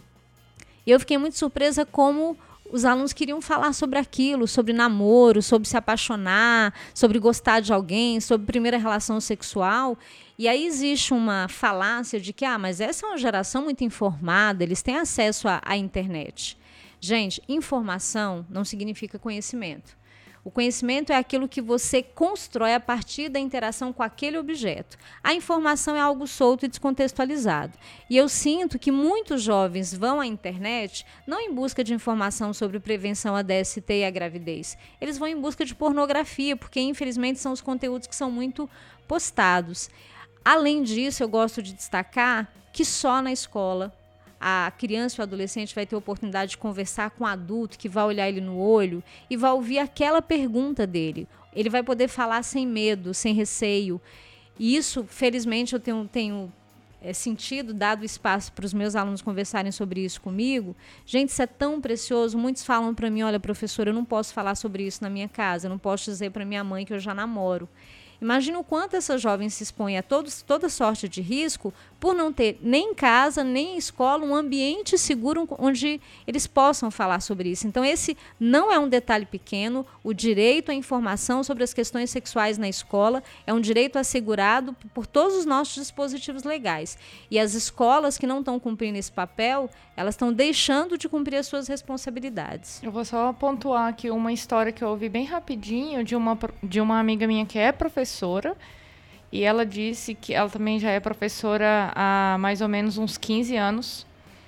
E eu fiquei muito surpresa como os alunos queriam falar sobre aquilo, sobre namoro, sobre se apaixonar, sobre gostar de alguém, sobre primeira relação sexual. E aí existe uma falácia de que, ah, mas essa é uma geração muito informada, eles têm acesso à, à internet. Gente, informação não significa conhecimento. O conhecimento é aquilo que você constrói a partir da interação com aquele objeto. A informação é algo solto e descontextualizado. E eu sinto que muitos jovens vão à internet não em busca de informação sobre prevenção à D S T e à gravidez. Eles vão em busca de pornografia, porque infelizmente são os conteúdos que são muito postados. Além disso, eu gosto de destacar que só na escola a criança e o adolescente vai ter a oportunidade de conversar com um adulto que vai olhar ele no olho e vai ouvir aquela pergunta dele. Ele vai poder falar sem medo, sem receio. E isso, felizmente, eu tenho, tenho é, sentido, dado espaço para os meus alunos conversarem sobre isso comigo. Gente, isso é tão precioso. Muitos falam para mim, olha, professora, eu não posso falar sobre isso na minha casa, eu não posso dizer para minha mãe que eu já namoro. Imagina o quanto essas jovens se expõem a todos, toda sorte de risco por não ter nem em casa, nem em escola, um ambiente seguro onde eles possam falar sobre isso. Então, esse não é um detalhe pequeno. O direito à informação sobre as questões sexuais na escola é um direito assegurado por todos os nossos dispositivos legais. E as escolas que não estão cumprindo esse papel, elas estão deixando de cumprir as suas responsabilidades. Eu vou só pontuar aqui uma história que eu ouvi bem rapidinho de uma, de uma amiga minha que é professora. E ela disse que ela também já é professora há mais ou menos uns quinze anos.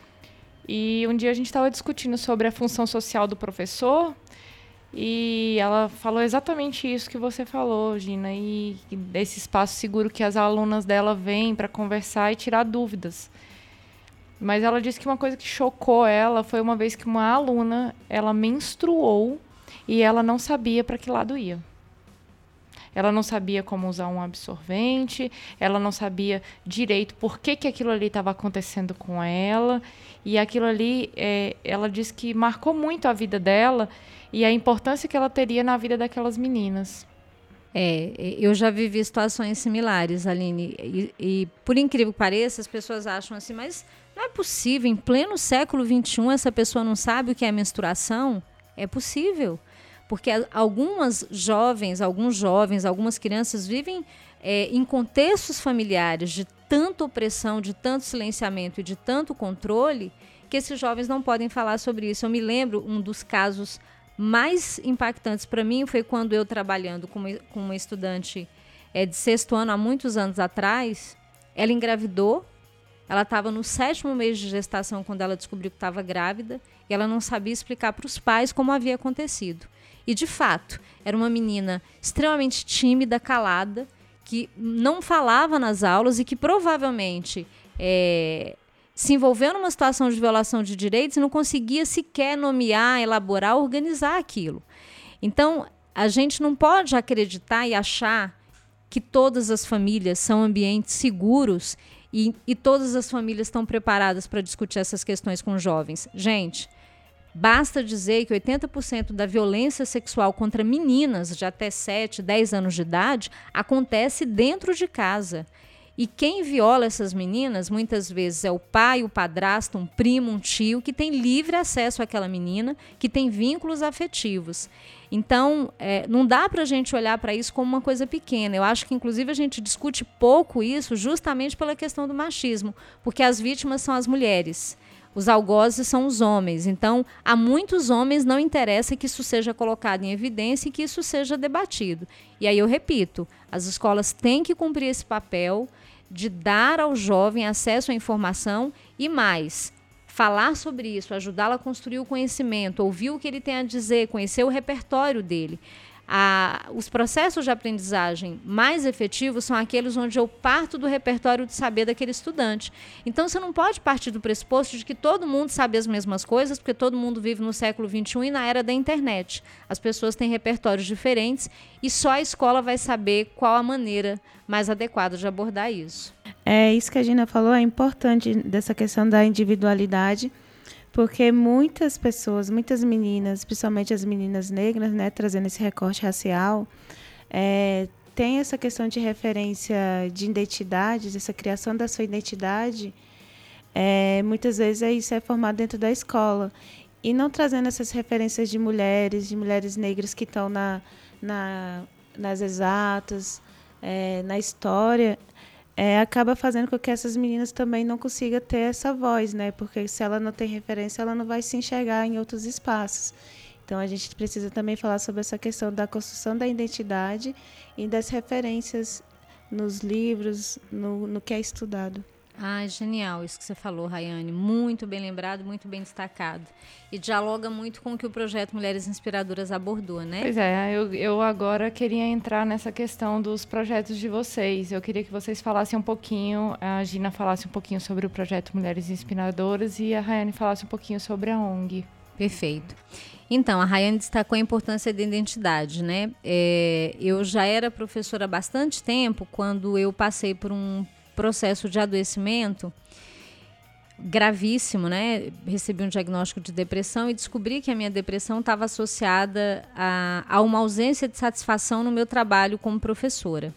E um dia a gente estava discutindo sobre a função social do professor. E ela falou exatamente isso que você falou, Gina. E desse espaço seguro que as alunas dela vêm para conversar e tirar dúvidas. Mas ela disse que uma coisa que chocou ela foi uma vez que uma aluna, ela menstruou e ela não sabia para que lado ia. Ela não sabia como usar um absorvente, ela não sabia direito por que, que aquilo ali estava acontecendo com ela. E aquilo ali, é, ela disse que marcou muito a vida dela e a importância que ela teria na vida daquelas meninas. É, eu já vivi situações similares, Aline, e, e por incrível que pareça, as pessoas acham assim, mas não é possível, em pleno século vinte e um, essa pessoa não sabe o que é menstruação? É possível. Porque algumas jovens, alguns jovens, algumas crianças vivem é, em contextos familiares de tanta opressão, de tanto silenciamento e de tanto controle, que esses jovens não podem falar sobre isso. Eu me lembro, um dos casos mais impactantes para mim foi quando eu, trabalhando com uma, com uma estudante é, de sexto ano, há muitos anos atrás, ela engravidou, ela estava no sétimo mês de gestação quando ela descobriu que estava grávida, e ela não sabia explicar para os pais como havia acontecido. E, de fato, era uma menina extremamente tímida, calada, que não falava nas aulas e que provavelmente é, se envolveu numa situação de violação de direitos e não conseguia sequer nomear, elaborar, organizar aquilo. Então, a gente não pode acreditar e achar que todas as famílias são ambientes seguros e, e todas as famílias estão preparadas para discutir essas questões com jovens. Gente, basta dizer que oitenta por cento da violência sexual contra meninas de até sete, dez anos de idade acontece dentro de casa. E quem viola essas meninas, muitas vezes, é o pai, o padrasto, um primo, um tio, que tem livre acesso àquela menina, que tem vínculos afetivos. Então, é, não dá para a gente olhar para isso como uma coisa pequena. Eu acho que, inclusive, a gente discute pouco isso justamente pela questão do machismo, porque as vítimas são as mulheres. Os algozes são os homens. Então, a muitos homens não interessa que isso seja colocado em evidência e que isso seja debatido. E aí eu repito, as escolas têm que cumprir esse papel de dar ao jovem acesso à informação e mais, falar sobre isso, ajudá-lo a construir o conhecimento, ouvir o que ele tem a dizer, conhecer o repertório dele. A, os processos de aprendizagem mais efetivos são aqueles onde eu parto do repertório de saber daquele estudante. Então, você não pode partir do pressuposto de que todo mundo sabe as mesmas coisas, porque todo mundo vive no século vinte e um e na era da internet. As pessoas têm repertórios diferentes e só a escola vai saber qual a maneira mais adequada de abordar isso. É isso que a Gina falou, é importante dessa questão da individualidade, porque muitas pessoas, muitas meninas, principalmente as meninas negras, né, trazendo esse recorte racial, é, tem essa questão de referência de identidade, essa criação da sua identidade, é, muitas vezes é isso é formado dentro da escola. E não trazendo essas referências de mulheres, de mulheres negras que estão na, na, nas exatas, é, na história, É, acaba fazendo com que essas meninas também não consigam ter essa voz, né? Porque se ela não tem referência, ela não vai se enxergar em outros espaços. Então, a gente precisa também falar sobre essa questão da construção da identidade e das referências nos livros, no, no que é estudado. Ah, genial isso que você falou, Rayane. Muito bem lembrado, muito bem destacado. E dialoga muito com o que o projeto Mulheres Inspiradoras abordou, né? Pois é, eu, eu agora queria entrar nessa questão dos projetos de vocês. Eu queria que vocês falassem um pouquinho, a Gina falasse um pouquinho sobre o projeto Mulheres Inspiradoras e a Rayane falasse um pouquinho sobre a O N G. Perfeito. Então, a Rayane destacou a importância da identidade, né? É, eu já era professora há bastante tempo quando eu passei por um processo de adoecimento gravíssimo, né? Recebi um diagnóstico de depressão e descobri que a minha depressão estava associada a, a uma ausência de satisfação no meu trabalho como professora.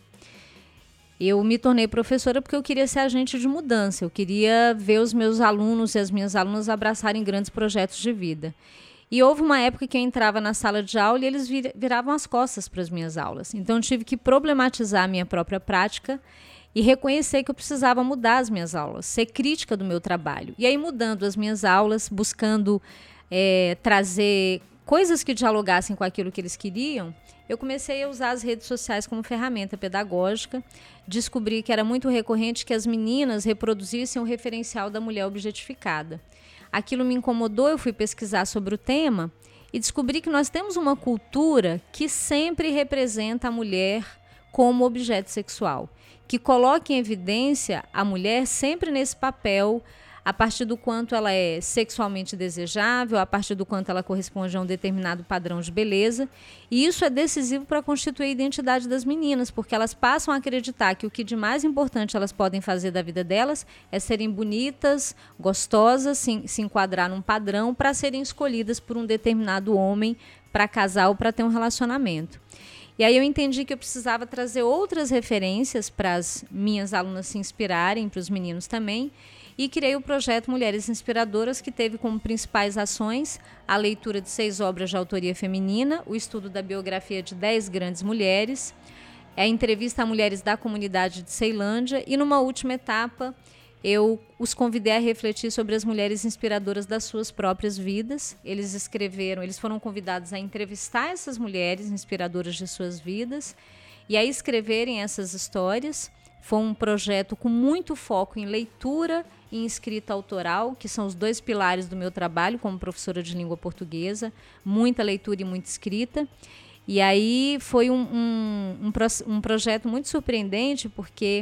Eu me tornei professora porque eu queria ser agente de mudança, eu queria ver os meus alunos e as minhas alunas abraçarem grandes projetos de vida. E houve uma época que eu entrava na sala de aula e eles vir, viravam as costas para as minhas aulas. Então, eu tive que problematizar a minha própria prática e reconhecer que eu precisava mudar as minhas aulas, ser crítica do meu trabalho. E aí, mudando as minhas aulas, buscando é, trazer coisas que dialogassem com aquilo que eles queriam, eu comecei a usar as redes sociais como ferramenta pedagógica. Descobri que era muito recorrente que as meninas reproduzissem o referencial da mulher objetificada. Aquilo me incomodou, eu fui pesquisar sobre o tema e descobri que nós temos uma cultura que sempre representa a mulher como objeto sexual, que coloca em evidência a mulher sempre nesse papel, a partir do quanto ela é sexualmente desejável, a partir do quanto ela corresponde a um determinado padrão de beleza. E isso é decisivo para constituir a identidade das meninas, porque elas passam a acreditar que o que de mais importante elas podem fazer da vida delas é serem bonitas, gostosas, se, se enquadrar num padrão para serem escolhidas por um determinado homem para casar ou para ter um relacionamento. E aí eu entendi que eu precisava trazer outras referências para as minhas alunas se inspirarem, para os meninos também, e criei o projeto Mulheres Inspiradoras, que teve como principais ações a leitura de seis obras de autoria feminina, o estudo da biografia de dez grandes mulheres, a entrevista a mulheres da comunidade de Ceilândia e, numa última etapa, eu os convidei a refletir sobre as mulheres inspiradoras das suas próprias vidas. Eles escreveram, eles foram convidados a entrevistar essas mulheres inspiradoras de suas vidas e a escreverem essas histórias. Foi um projeto com muito foco em leitura e em escrita autoral, que são os dois pilares do meu trabalho como professora de língua portuguesa, muita leitura e muita escrita. E aí foi um, um, um, pro, um projeto muito surpreendente, porque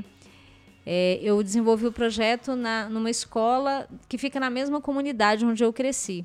é, eu desenvolvi o projeto na, numa escola que fica na mesma comunidade onde eu cresci.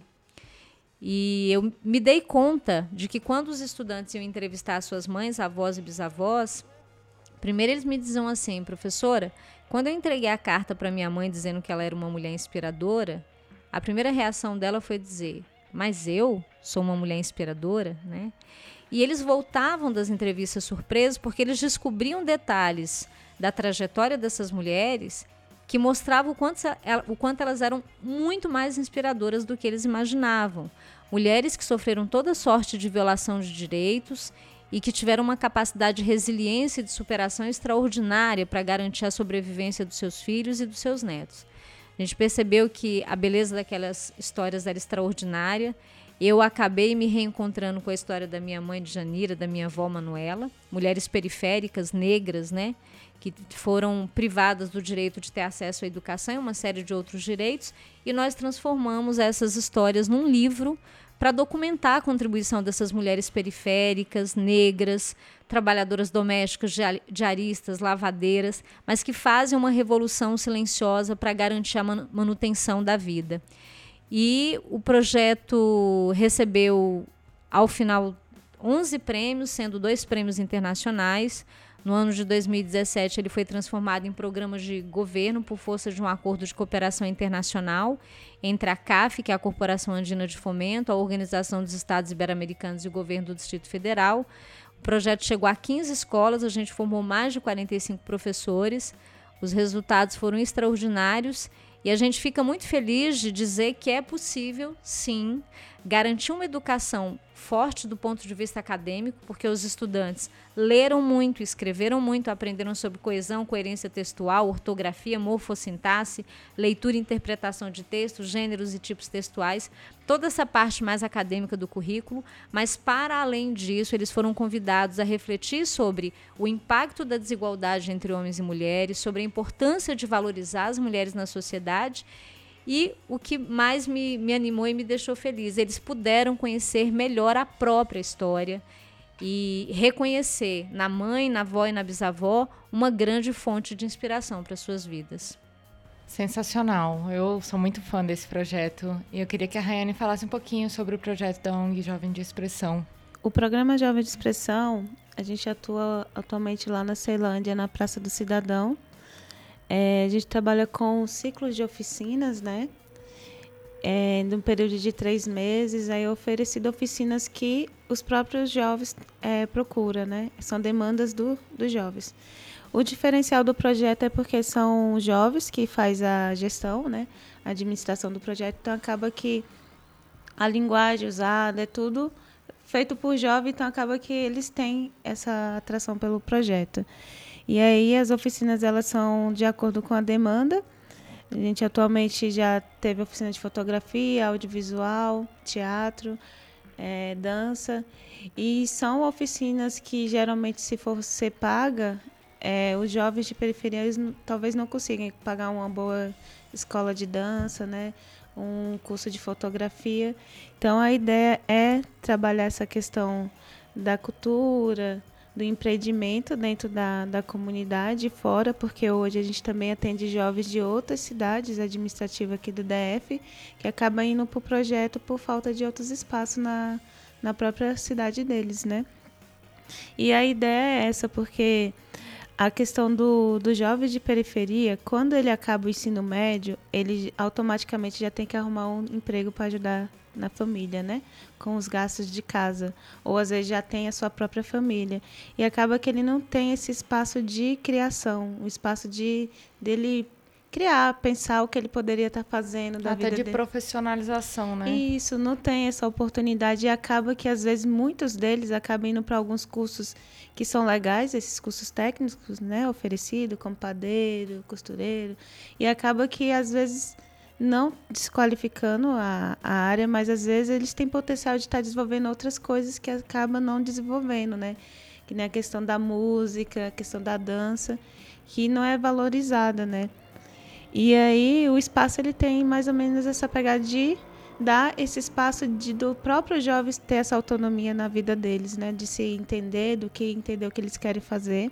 E eu me dei conta de que quando os estudantes iam entrevistar suas mães, avós e bisavós, primeiro eles me diziam assim: professora, quando eu entreguei a carta para minha mãe dizendo que ela era uma mulher inspiradora, a primeira reação dela foi dizer: mas eu sou uma mulher inspiradora, né? E eles voltavam das entrevistas surpresos porque eles descobriam detalhes da trajetória dessas mulheres que mostrava o quanto, o quanto elas eram muito mais inspiradoras do que eles imaginavam. Mulheres que sofreram toda sorte de violação de direitos e que tiveram uma capacidade de resiliência e de superação extraordinária para garantir a sobrevivência dos seus filhos e dos seus netos. A gente percebeu que a beleza daquelas histórias era extraordinária. Eu acabei me reencontrando com a história da minha mãe, de Janira, da minha avó Manuela, mulheres periféricas, negras, né, que foram privadas do direito de ter acesso à educação e uma série de outros direitos, e nós transformamos essas histórias num livro para documentar a contribuição dessas mulheres periféricas, negras, trabalhadoras domésticas, diaristas, lavadeiras, mas que fazem uma revolução silenciosa para garantir a manutenção da vida. E o projeto recebeu, ao final, onze prêmios, sendo dois prêmios internacionais. No ano de dois mil e dezessete, ele foi transformado em programa de governo por força de um acordo de cooperação internacional entre a C A F, que é a Corporação Andina de Fomento, a Organização dos Estados Ibero-Americanos e o Governo do Distrito Federal. O projeto chegou a quinze escolas, a gente formou mais de quarenta e cinco professores. Os resultados foram extraordinários e a gente fica muito feliz de dizer que é possível, sim, garantir uma educação forte do ponto de vista acadêmico, porque os estudantes leram muito, escreveram muito, aprenderam sobre coesão, coerência textual, ortografia, morfossintaxe, leitura e interpretação de textos, gêneros e tipos textuais, toda essa parte mais acadêmica do currículo, mas para além disso, eles foram convidados a refletir sobre o impacto da desigualdade entre homens e mulheres, sobre a importância de valorizar as mulheres na sociedade. E o que mais me, me animou e me deixou feliz, eles puderam conhecer melhor a própria história e reconhecer na mãe, na avó e na bisavó uma grande fonte de inspiração para suas vidas. Sensacional. Eu sou muito fã desse projeto e eu queria que a Rayane falasse um pouquinho sobre o projeto da O N G Jovem de Expressão. O programa Jovem de Expressão, a gente atua atualmente lá na Ceilândia, na Praça do Cidadão. É, a gente trabalha com ciclos de oficinas, né? É, num período de três meses, aí é oferecido oficinas que os próprios jovens é, procuram, né? São demandas do, dos jovens. O diferencial do projeto é porque são jovens que faz a gestão, né? A administração do projeto, então acaba que a linguagem usada é tudo feito por jovens, então acaba que eles têm essa atração pelo projeto. E aí as oficinas elas são de acordo com a demanda. A gente atualmente já teve oficina de fotografia, audiovisual, teatro, é, dança. E são oficinas que geralmente, se for ser paga, é, os jovens de periferia eles não, talvez não consigam pagar uma boa escola de dança, né? Um curso de fotografia. Então a ideia é trabalhar essa questão da cultura, do empreendimento dentro da, da comunidade e fora, porque hoje a gente também atende jovens de outras cidades administrativas aqui do D F, que acabam indo para o projeto por falta de outros espaços na, na própria cidade deles, né? E a ideia é essa, porque a questão do, do jovem de periferia, quando ele acaba o ensino médio, ele automaticamente já tem que arrumar um emprego para ajudar na família, né? Com os gastos de casa, ou às vezes já tem a sua própria família, e acaba que ele não tem esse espaço de criação, o espaço de dele criar, pensar o que ele poderia estar fazendo da Até vida de dele. Profissionalização, né? Isso, não tem essa oportunidade, e acaba que às vezes muitos deles acabam indo para alguns cursos que são legais, esses cursos técnicos, né, oferecidos, como padeiro, costureiro, e acaba que às vezes não desqualificando a, a área, mas às vezes eles têm potencial de estar desenvolvendo outras coisas que acabam não desenvolvendo, né? Que nem a questão da música, a questão da dança, que não é valorizada, né? E aí o espaço ele tem mais ou menos essa pegada de dar esse espaço de, do próprio jovem ter essa autonomia na vida deles, né? De se entender, do que entender o que eles querem fazer.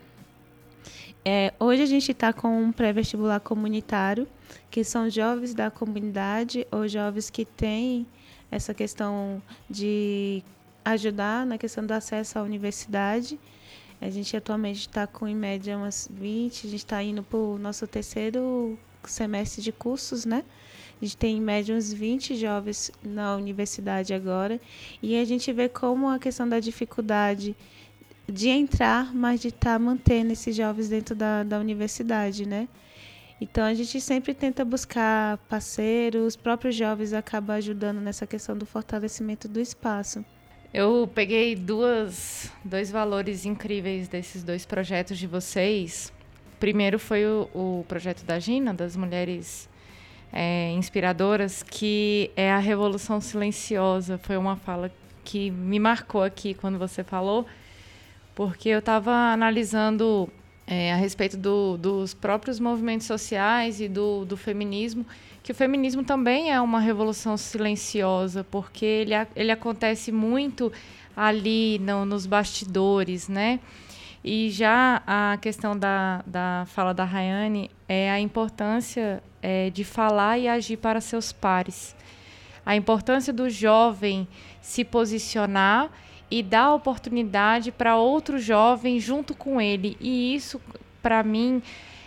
É, hoje a gente está com um pré-vestibular comunitário, que são jovens da comunidade ou jovens que têm essa questão de ajudar na questão do acesso à universidade. A gente atualmente está com, em média, umas vinte, a gente está indo para o nosso terceiro semestre de cursos, né? A gente tem, em média, uns vinte jovens na universidade agora, e a gente vê como a questão da dificuldade de entrar, mas de estar tá mantendo esses jovens dentro da, da universidade, né? Então, a gente sempre tenta buscar parceiros, os próprios jovens acabam ajudando nessa questão do fortalecimento do espaço. Eu peguei duas, dois valores incríveis desses dois projetos de vocês. Primeiro foi o, o projeto da Gina, das mulheres é, inspiradoras, que é a Revolução Silenciosa. Foi uma fala que me marcou aqui quando você falou, porque eu estava analisando é, a respeito do, dos próprios movimentos sociais e do, do feminismo, que o feminismo também é uma revolução silenciosa, porque ele, ele acontece muito ali no, nos bastidores, né? E já a questão da, da fala da Rayane é a importância é, de falar e agir para seus pares. A importância do jovem se posicionar e dar oportunidade para outro jovem junto com ele. E isso, para mim,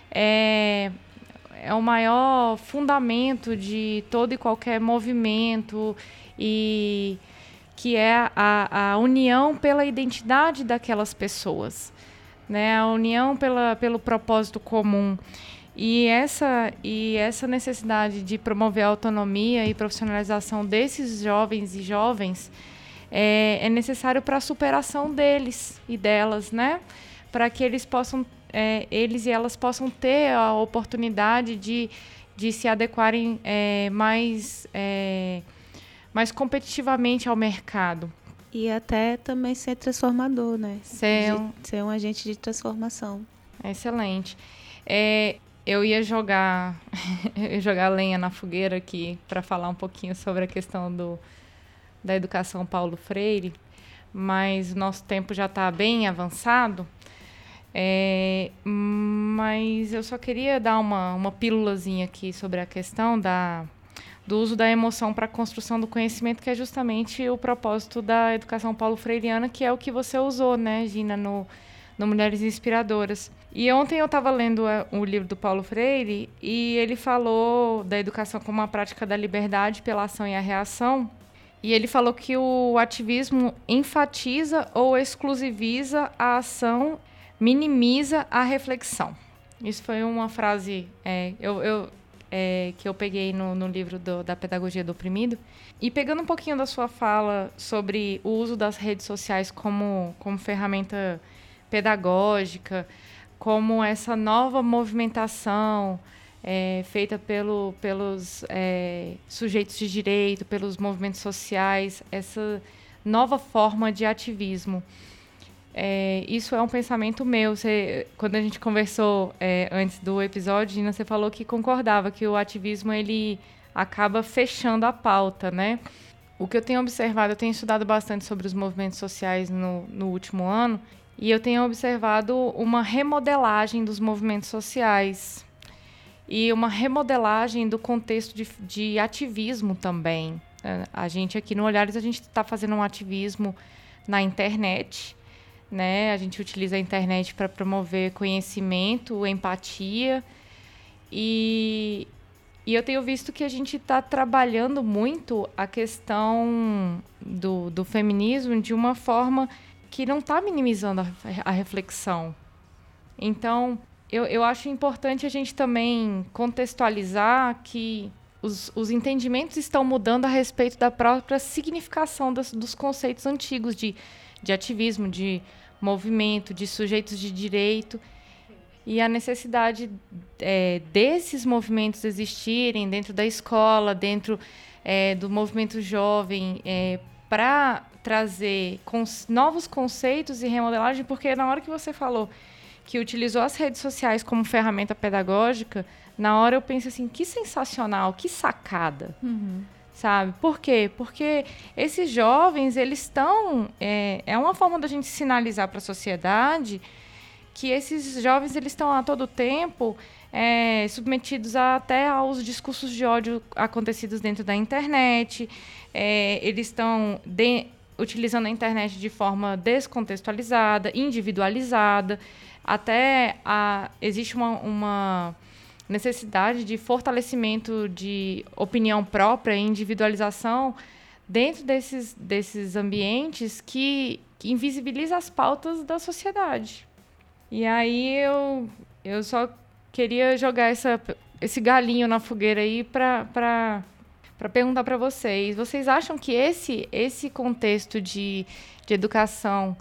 é, é o maior fundamento de todo e qualquer movimento, e que é a, a união pela identidade daquelas pessoas, né? A união pela, pelo propósito comum. E essa, e essa necessidade de promover a autonomia e profissionalização desses jovens e jovens é, é necessário para a superação deles e delas, né? Para que eles possam, é, eles e elas possam ter a oportunidade de, de se adequarem é, mais, é, mais competitivamente ao mercado. E até também ser transformador, né? Ser um, de, ser um agente de transformação. Excelente. É, eu ia jogar, eu ia jogar lenha na fogueira aqui para falar um pouquinho sobre a questão do, da educação Paulo Freire, mas o nosso tempo já está bem avançado. É, mas eu só queria dar uma, uma pílulazinha aqui sobre a questão da, do uso da emoção para a construção do conhecimento, que é justamente o propósito da educação paulo freiriana, que é o que você usou, né, Gina, no, no Mulheres Inspiradoras. E ontem eu estava lendo o livro do Paulo Freire e ele falou da educação como uma prática da liberdade pela ação e a reação. E ele falou que o ativismo enfatiza ou exclusiviza a ação, minimiza a reflexão. Isso foi uma frase é, eu, eu, é, que eu peguei no, no livro do, da Pedagogia do Oprimido. E pegando um pouquinho da sua fala sobre o uso das redes sociais como, como ferramenta pedagógica, como essa nova movimentação é, feita pelo, pelos é, sujeitos de direito, pelos movimentos sociais, essa nova forma de ativismo. É, isso é um pensamento meu. Você, quando a gente conversou é, antes do episódio, Gina, você falou que concordava que o ativismo ele acaba fechando a pauta, né? O que eu tenho observado, eu tenho estudado bastante sobre os movimentos sociais no, no último ano, e eu tenho observado uma remodelagem dos movimentos sociais e uma remodelagem do contexto de, de ativismo também. A gente aqui no Olhares, a gente está fazendo um ativismo na internet, né? A gente utiliza a internet para promover conhecimento, empatia, e, e eu tenho visto que a gente está trabalhando muito a questão do, do feminismo de uma forma que não está minimizando a, a reflexão. Então, eu, eu acho importante a gente também contextualizar que os, os entendimentos estão mudando a respeito da própria significação das, dos conceitos antigos de, de ativismo, de movimento, de sujeitos de direito, e a necessidade é, desses movimentos existirem dentro da escola, dentro é, do movimento jovem, é, para trazer cons- novos conceitos e remodelagem, porque na hora que você falou que utilizou as redes sociais como ferramenta pedagógica, na hora eu penso assim, que sensacional, que sacada, uhum. Sabe? Por quê? Porque esses jovens, eles estão... É, é uma forma da gente sinalizar para a sociedade que esses jovens, eles estão a todo tempo é, submetidos a, até aos discursos de ódio acontecidos dentro da internet, é, eles estão... De, utilizando a internet de forma descontextualizada, individualizada, até a, existe uma, uma necessidade de fortalecimento de opinião própria e individualização dentro desses, desses ambientes que, que invisibiliza as pautas da sociedade. E aí eu, eu só queria jogar essa, esse galinho na fogueira aí para perguntar para vocês. Vocês acham que esse, esse contexto de, de educação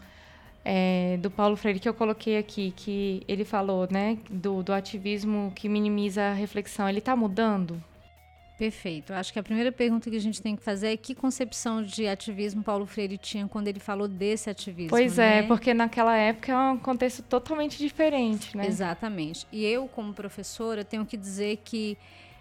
é, do Paulo Freire, que eu coloquei aqui, que ele falou, né, do, do ativismo que minimiza a reflexão, ele está mudando? Perfeito. Acho que a primeira pergunta que a gente tem que fazer é que concepção de ativismo Paulo Freire tinha quando ele falou desse ativismo. Pois né? é, porque naquela época é um contexto totalmente diferente, né? Exatamente. E eu, como professora, tenho que dizer que,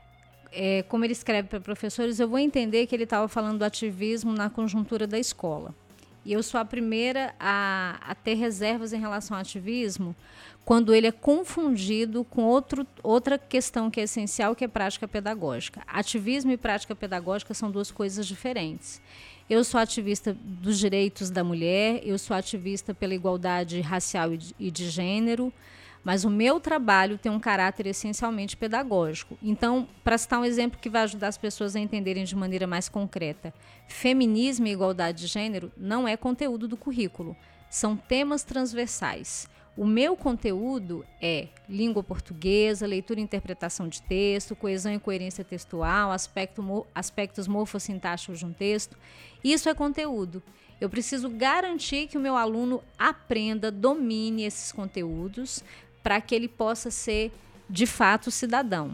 é, como ele escreve para professores, eu vou entender que ele estava falando do ativismo na conjuntura da escola. E eu sou a primeira a, a ter reservas em relação ao ativismo quando ele é confundido com outro, outra questão que é essencial, que é prática pedagógica. Ativismo e prática pedagógica são duas coisas diferentes. Eu sou ativista dos direitos da mulher, eu sou ativista pela igualdade racial e de, e de gênero, mas o meu trabalho tem um caráter essencialmente pedagógico. Então, para citar um exemplo que vai ajudar as pessoas a entenderem de maneira mais concreta, feminismo e igualdade de gênero não é conteúdo do currículo, são temas transversais. O meu conteúdo é língua portuguesa, leitura e interpretação de texto, coesão e coerência textual, aspecto, aspectos morfossintáticos de um texto. Isso é conteúdo. Eu preciso garantir que o meu aluno aprenda, domine esses conteúdos para que ele possa ser, de fato, cidadão.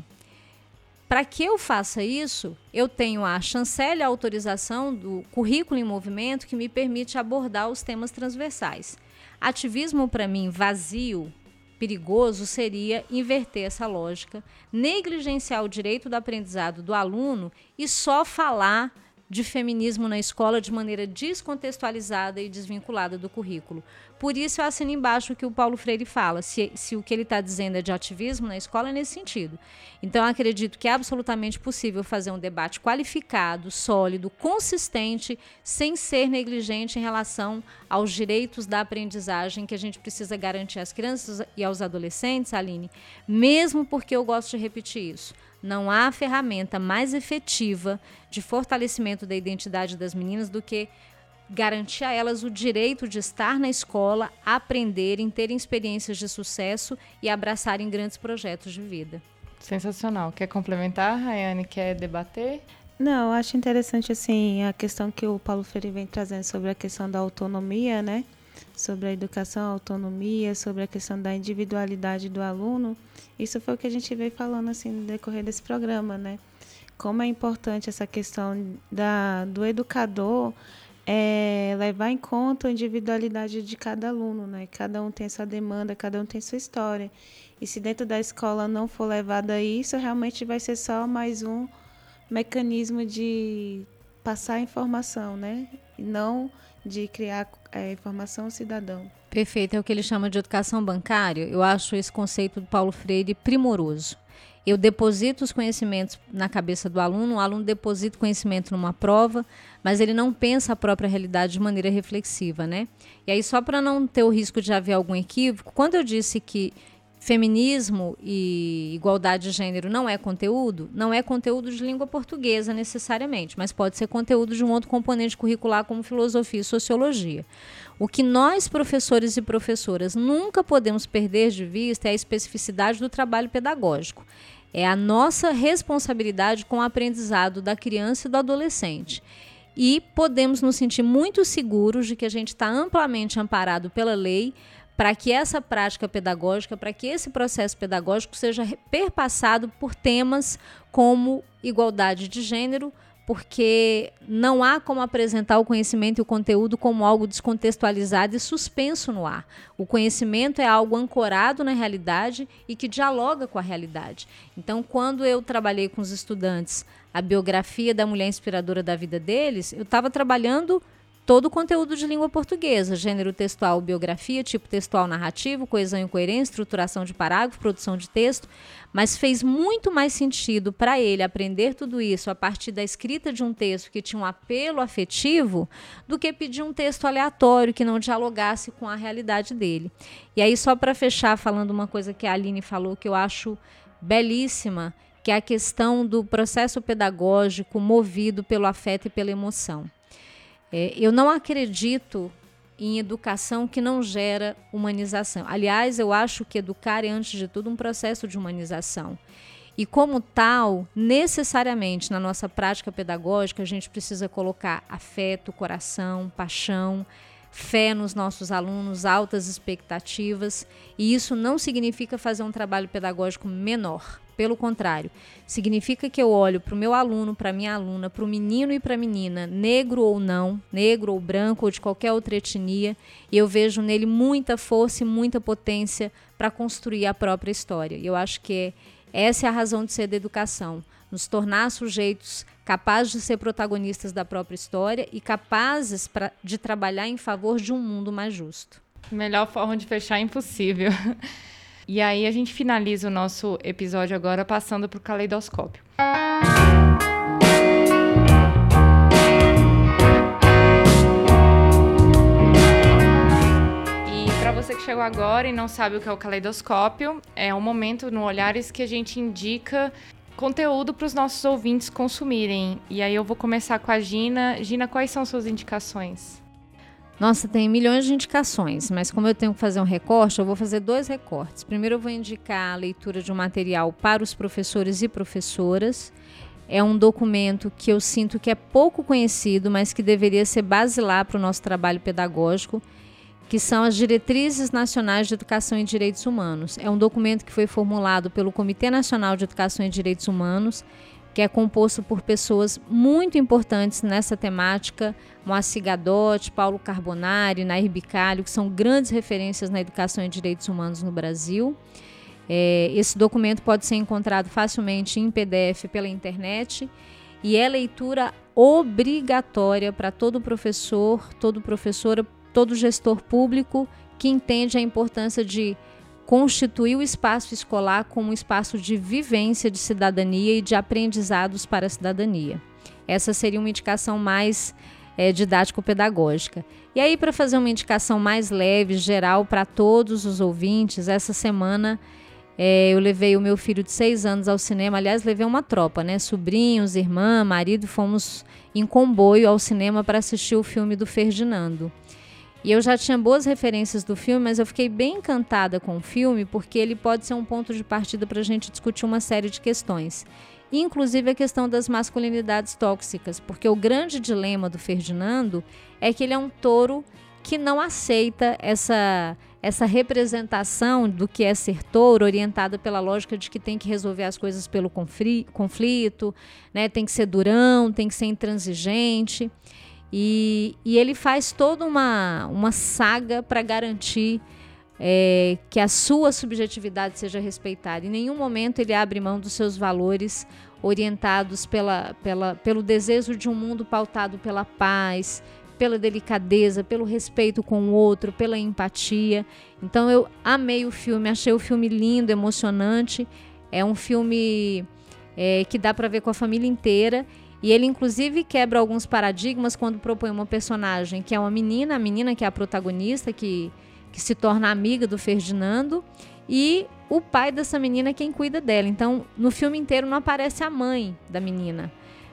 Para que eu faça isso, eu tenho a chancela e a autorização do Currículo em Movimento, que me permite abordar os temas transversais. Ativismo, para mim, vazio, perigoso, seria inverter essa lógica, negligenciar o direito do aprendizado do aluno e só falar de feminismo na escola de maneira descontextualizada e desvinculada do currículo. Por isso eu assino embaixo o que o Paulo Freire fala, se, se o que ele está dizendo é de ativismo na escola, é nesse sentido. Então eu acredito que é absolutamente possível fazer um debate qualificado, sólido, consistente, sem ser negligente em relação aos direitos da aprendizagem que a gente precisa garantir às crianças e aos adolescentes, Aline, mesmo porque eu gosto de repetir isso. Não há ferramenta mais efetiva de fortalecimento da identidade das meninas do que garantir a elas o direito de estar na escola, aprenderem, terem experiências de sucesso e abraçarem grandes projetos de vida. Sensacional. Quer complementar, Rayane? Quer debater? Não, eu acho interessante assim a questão que o Paulo Freire vem trazendo sobre a questão da autonomia, né? Sobre a educação, a autonomia, sobre a questão da individualidade do aluno. Isso foi o que a gente veio falando assim no decorrer desse programa, né? Como é importante essa questão da, do educador é, levar em conta a individualidade de cada aluno, né? Cada um tem sua demanda, cada um tem sua história. E se dentro da escola não for levado a isso, realmente vai ser só mais um mecanismo de passar informação, né? E não de criar é, informação cidadão. Perfeito, é o que ele chama de educação bancária. Eu acho esse conceito do Paulo Freire primoroso. Eu deposito os conhecimentos na cabeça do aluno, o aluno deposita o conhecimento numa prova, mas ele não pensa a própria realidade de maneira reflexiva, né? E aí, só para não ter o risco de haver algum equívoco, quando eu disse que feminismo e igualdade de gênero não é conteúdo, não é conteúdo de língua portuguesa necessariamente, mas pode ser conteúdo de um outro componente curricular como filosofia e sociologia. O que nós, professores e professoras, nunca podemos perder de vista é a especificidade do trabalho pedagógico. É a nossa responsabilidade com o aprendizado da criança e do adolescente. E podemos nos sentir muito seguros de que a gente está amplamente amparado pela lei para que essa prática pedagógica, para que esse processo pedagógico seja perpassado por temas como igualdade de gênero, porque não há como apresentar o conhecimento e o conteúdo como algo descontextualizado e suspenso no ar. O conhecimento é algo ancorado na realidade e que dialoga com a realidade. Então, quando eu trabalhei com os estudantes a biografia da mulher inspiradora da vida deles, eu estava trabalhando todo o conteúdo de língua portuguesa, gênero textual, biografia, tipo textual narrativo, coesão e coerência, estruturação de parágrafo, produção de texto, mas fez muito mais sentido para ele aprender tudo isso a partir da escrita de um texto que tinha um apelo afetivo do que pedir um texto aleatório que não dialogasse com a realidade dele. E aí, só para fechar, falando uma coisa que a Aline falou que eu acho belíssima, que é a questão do processo pedagógico movido pelo afeto e pela emoção. É, eu não acredito em educação que não gera humanização. Aliás, eu acho que educar é, antes de tudo, um processo de humanização. E como tal, necessariamente, na nossa prática pedagógica, a gente precisa colocar afeto, coração, paixão, fé nos nossos alunos, altas expectativas. E isso não significa fazer um trabalho pedagógico menor. Pelo contrário, significa que eu olho para o meu aluno, para a minha aluna, para o menino e para a menina, negro ou não, negro ou branco ou de qualquer outra etnia, e eu vejo nele muita força e muita potência para construir a própria história. E eu acho que essa é a razão de ser da educação, nos tornar sujeitos capazes de ser protagonistas da própria história e capazes pra, de trabalhar em favor de um mundo mais justo. Melhor forma de fechar é impossível. E aí a gente finaliza o nosso episódio agora passando para o caleidoscópio. E para você que chegou agora e não sabe o que é o caleidoscópio, é um momento no Olhares que a gente indica conteúdo para os nossos ouvintes consumirem. E aí eu vou começar com a Gina. Gina, quais são suas indicações? Nossa, tem milhões de indicações, mas como eu tenho que fazer um recorte, eu vou fazer dois recortes. Primeiro eu vou indicar a leitura de um material para os professores e professoras. É um documento que eu sinto que é pouco conhecido, mas que deveria ser basilar para o nosso trabalho pedagógico, que são as Diretrizes Nacionais de Educação e Direitos Humanos. É um documento que foi formulado pelo Comitê Nacional de Educação e Direitos Humanos, que é composto por pessoas muito importantes nessa temática, Moacir Gadotti, Paulo Carbonari, Nair Bicalho, que são grandes referências na educação e direitos humanos no Brasil. É, esse documento pode ser encontrado facilmente em P D F pela internet e é leitura obrigatória para todo professor, todo professora, todo gestor público que entende a importância de constituir o espaço escolar como um espaço de vivência de cidadania e de aprendizados para a cidadania. Essa seria uma indicação mais é, didático-pedagógica. E aí, para fazer uma indicação mais leve, geral, para todos os ouvintes, essa semana é, eu levei o meu filho de seis anos ao cinema. Aliás, levei uma tropa, né? Sobrinhos, irmã, marido, fomos em comboio ao cinema para assistir o filme do Ferdinando. E eu já tinha boas referências do filme, mas eu fiquei bem encantada com o filme porque ele pode ser um ponto de partida para a gente discutir uma série de questões. Inclusive a questão das masculinidades tóxicas, porque o grande dilema do Ferdinando é que ele é um touro que não aceita essa, essa representação do que é ser touro, orientada pela lógica de que tem que resolver as coisas pelo conflito, né? Tem que ser durão, tem que ser intransigente. E, e ele faz toda uma, uma saga para garantir é, que a sua subjetividade seja respeitada. Em nenhum momento ele abre mão dos seus valores orientados pela, pela, pelo desejo de um mundo pautado pela paz, pela delicadeza, pelo respeito com o outro, pela empatia. Então eu amei o filme, achei o filme lindo, emocionante. É um filme é, que dá para ver com a família inteira. E ele, inclusive, quebra alguns paradigmas quando propõe uma personagem que é uma menina, a menina que é a protagonista, que, que se torna amiga do Ferdinando, e o pai dessa menina é quem cuida dela. Então, no filme inteiro não aparece a mãe da menina,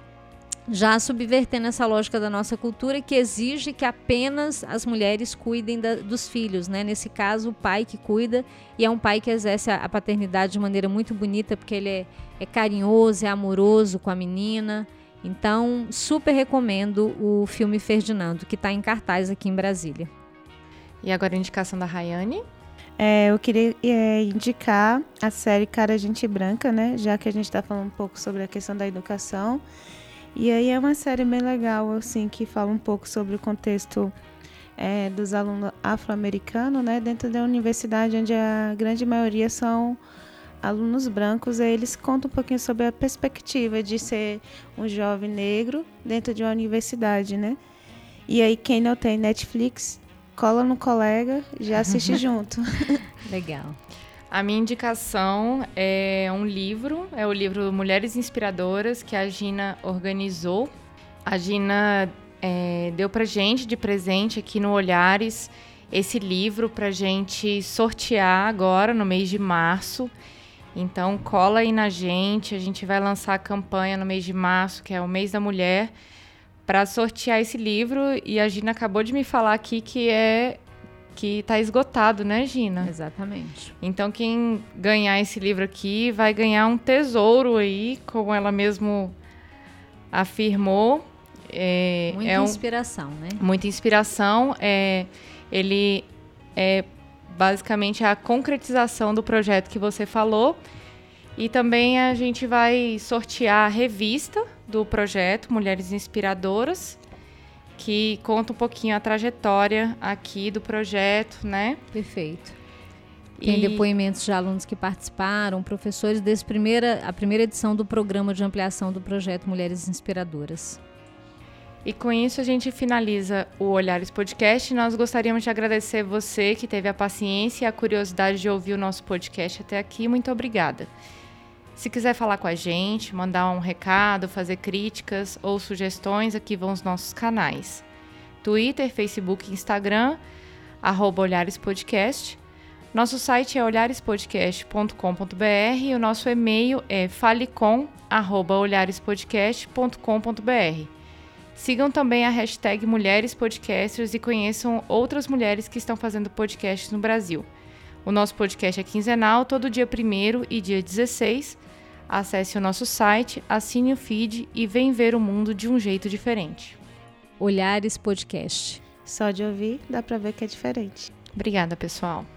já subvertendo essa lógica da nossa cultura que exige que apenas as mulheres cuidem da, dos filhos, né? Nesse caso, o pai que cuida, e é um pai que exerce a, a paternidade de maneira muito bonita, porque ele é, é carinhoso, é amoroso com a menina. Então, super recomendo o filme Ferdinando, que está em cartaz aqui em Brasília. E agora a indicação da Rayane? É, eu queria é, indicar a série Cara Gente Branca, né? Já que a gente está falando um pouco sobre a questão da educação. E aí é uma série bem legal, assim, que fala um pouco sobre o contexto é, dos alunos afro-americanos, né? Dentro da universidade, onde a grande maioria são alunos brancos. Aí eles contam um pouquinho sobre a perspectiva de ser um jovem negro dentro de uma universidade, né? E aí quem não tem Netflix, cola no colega, já assiste junto. Legal. A minha indicação é um livro, é o livro Mulheres Inspiradoras, que a Gina organizou. A Gina é, deu pra gente de presente aqui no Olhares esse livro pra gente sortear agora no mês de março. Então cola aí na gente, a gente vai lançar a campanha no mês de março, que é o mês da mulher, para sortear esse livro, e a Gina acabou de me falar aqui que é que está esgotado, né, Gina? Exatamente. Então, quem ganhar esse livro aqui vai ganhar um tesouro aí, como ela mesmo afirmou. É, muita é um, inspiração, né? Muita inspiração. É, ele é basicamente a concretização do projeto que você falou. E também a gente vai sortear a revista do projeto Mulheres Inspiradoras, que conta um pouquinho a trajetória aqui do projeto, né? Perfeito. Tem e... depoimentos de alunos que participaram, professores desse primeira, a primeira edição do programa de ampliação do projeto Mulheres Inspiradoras. E com isso a gente finaliza o Olhares Podcast. Nós gostaríamos de agradecer você que teve a paciência e a curiosidade de ouvir o nosso podcast até aqui. Muito obrigada. Se quiser falar com a gente, mandar um recado, fazer críticas ou sugestões, aqui vão os nossos canais. Twitter, Facebook e Instagram, arroba Olhares Podcast. Nosso site é olhares podcast ponto com ponto b r e o nosso e-mail é falecom arroba olhares podcast ponto com ponto b r. Sigam também a hashtag Mulheres Podcasters e conheçam outras mulheres que estão fazendo podcasts no Brasil. O nosso podcast é quinzenal, todo dia primeiro e dia dezesseis. Acesse o nosso site, assine o feed e vem ver o mundo de um jeito diferente. Olhares Podcast. Só de ouvir dá para ver que é diferente. Obrigada, pessoal.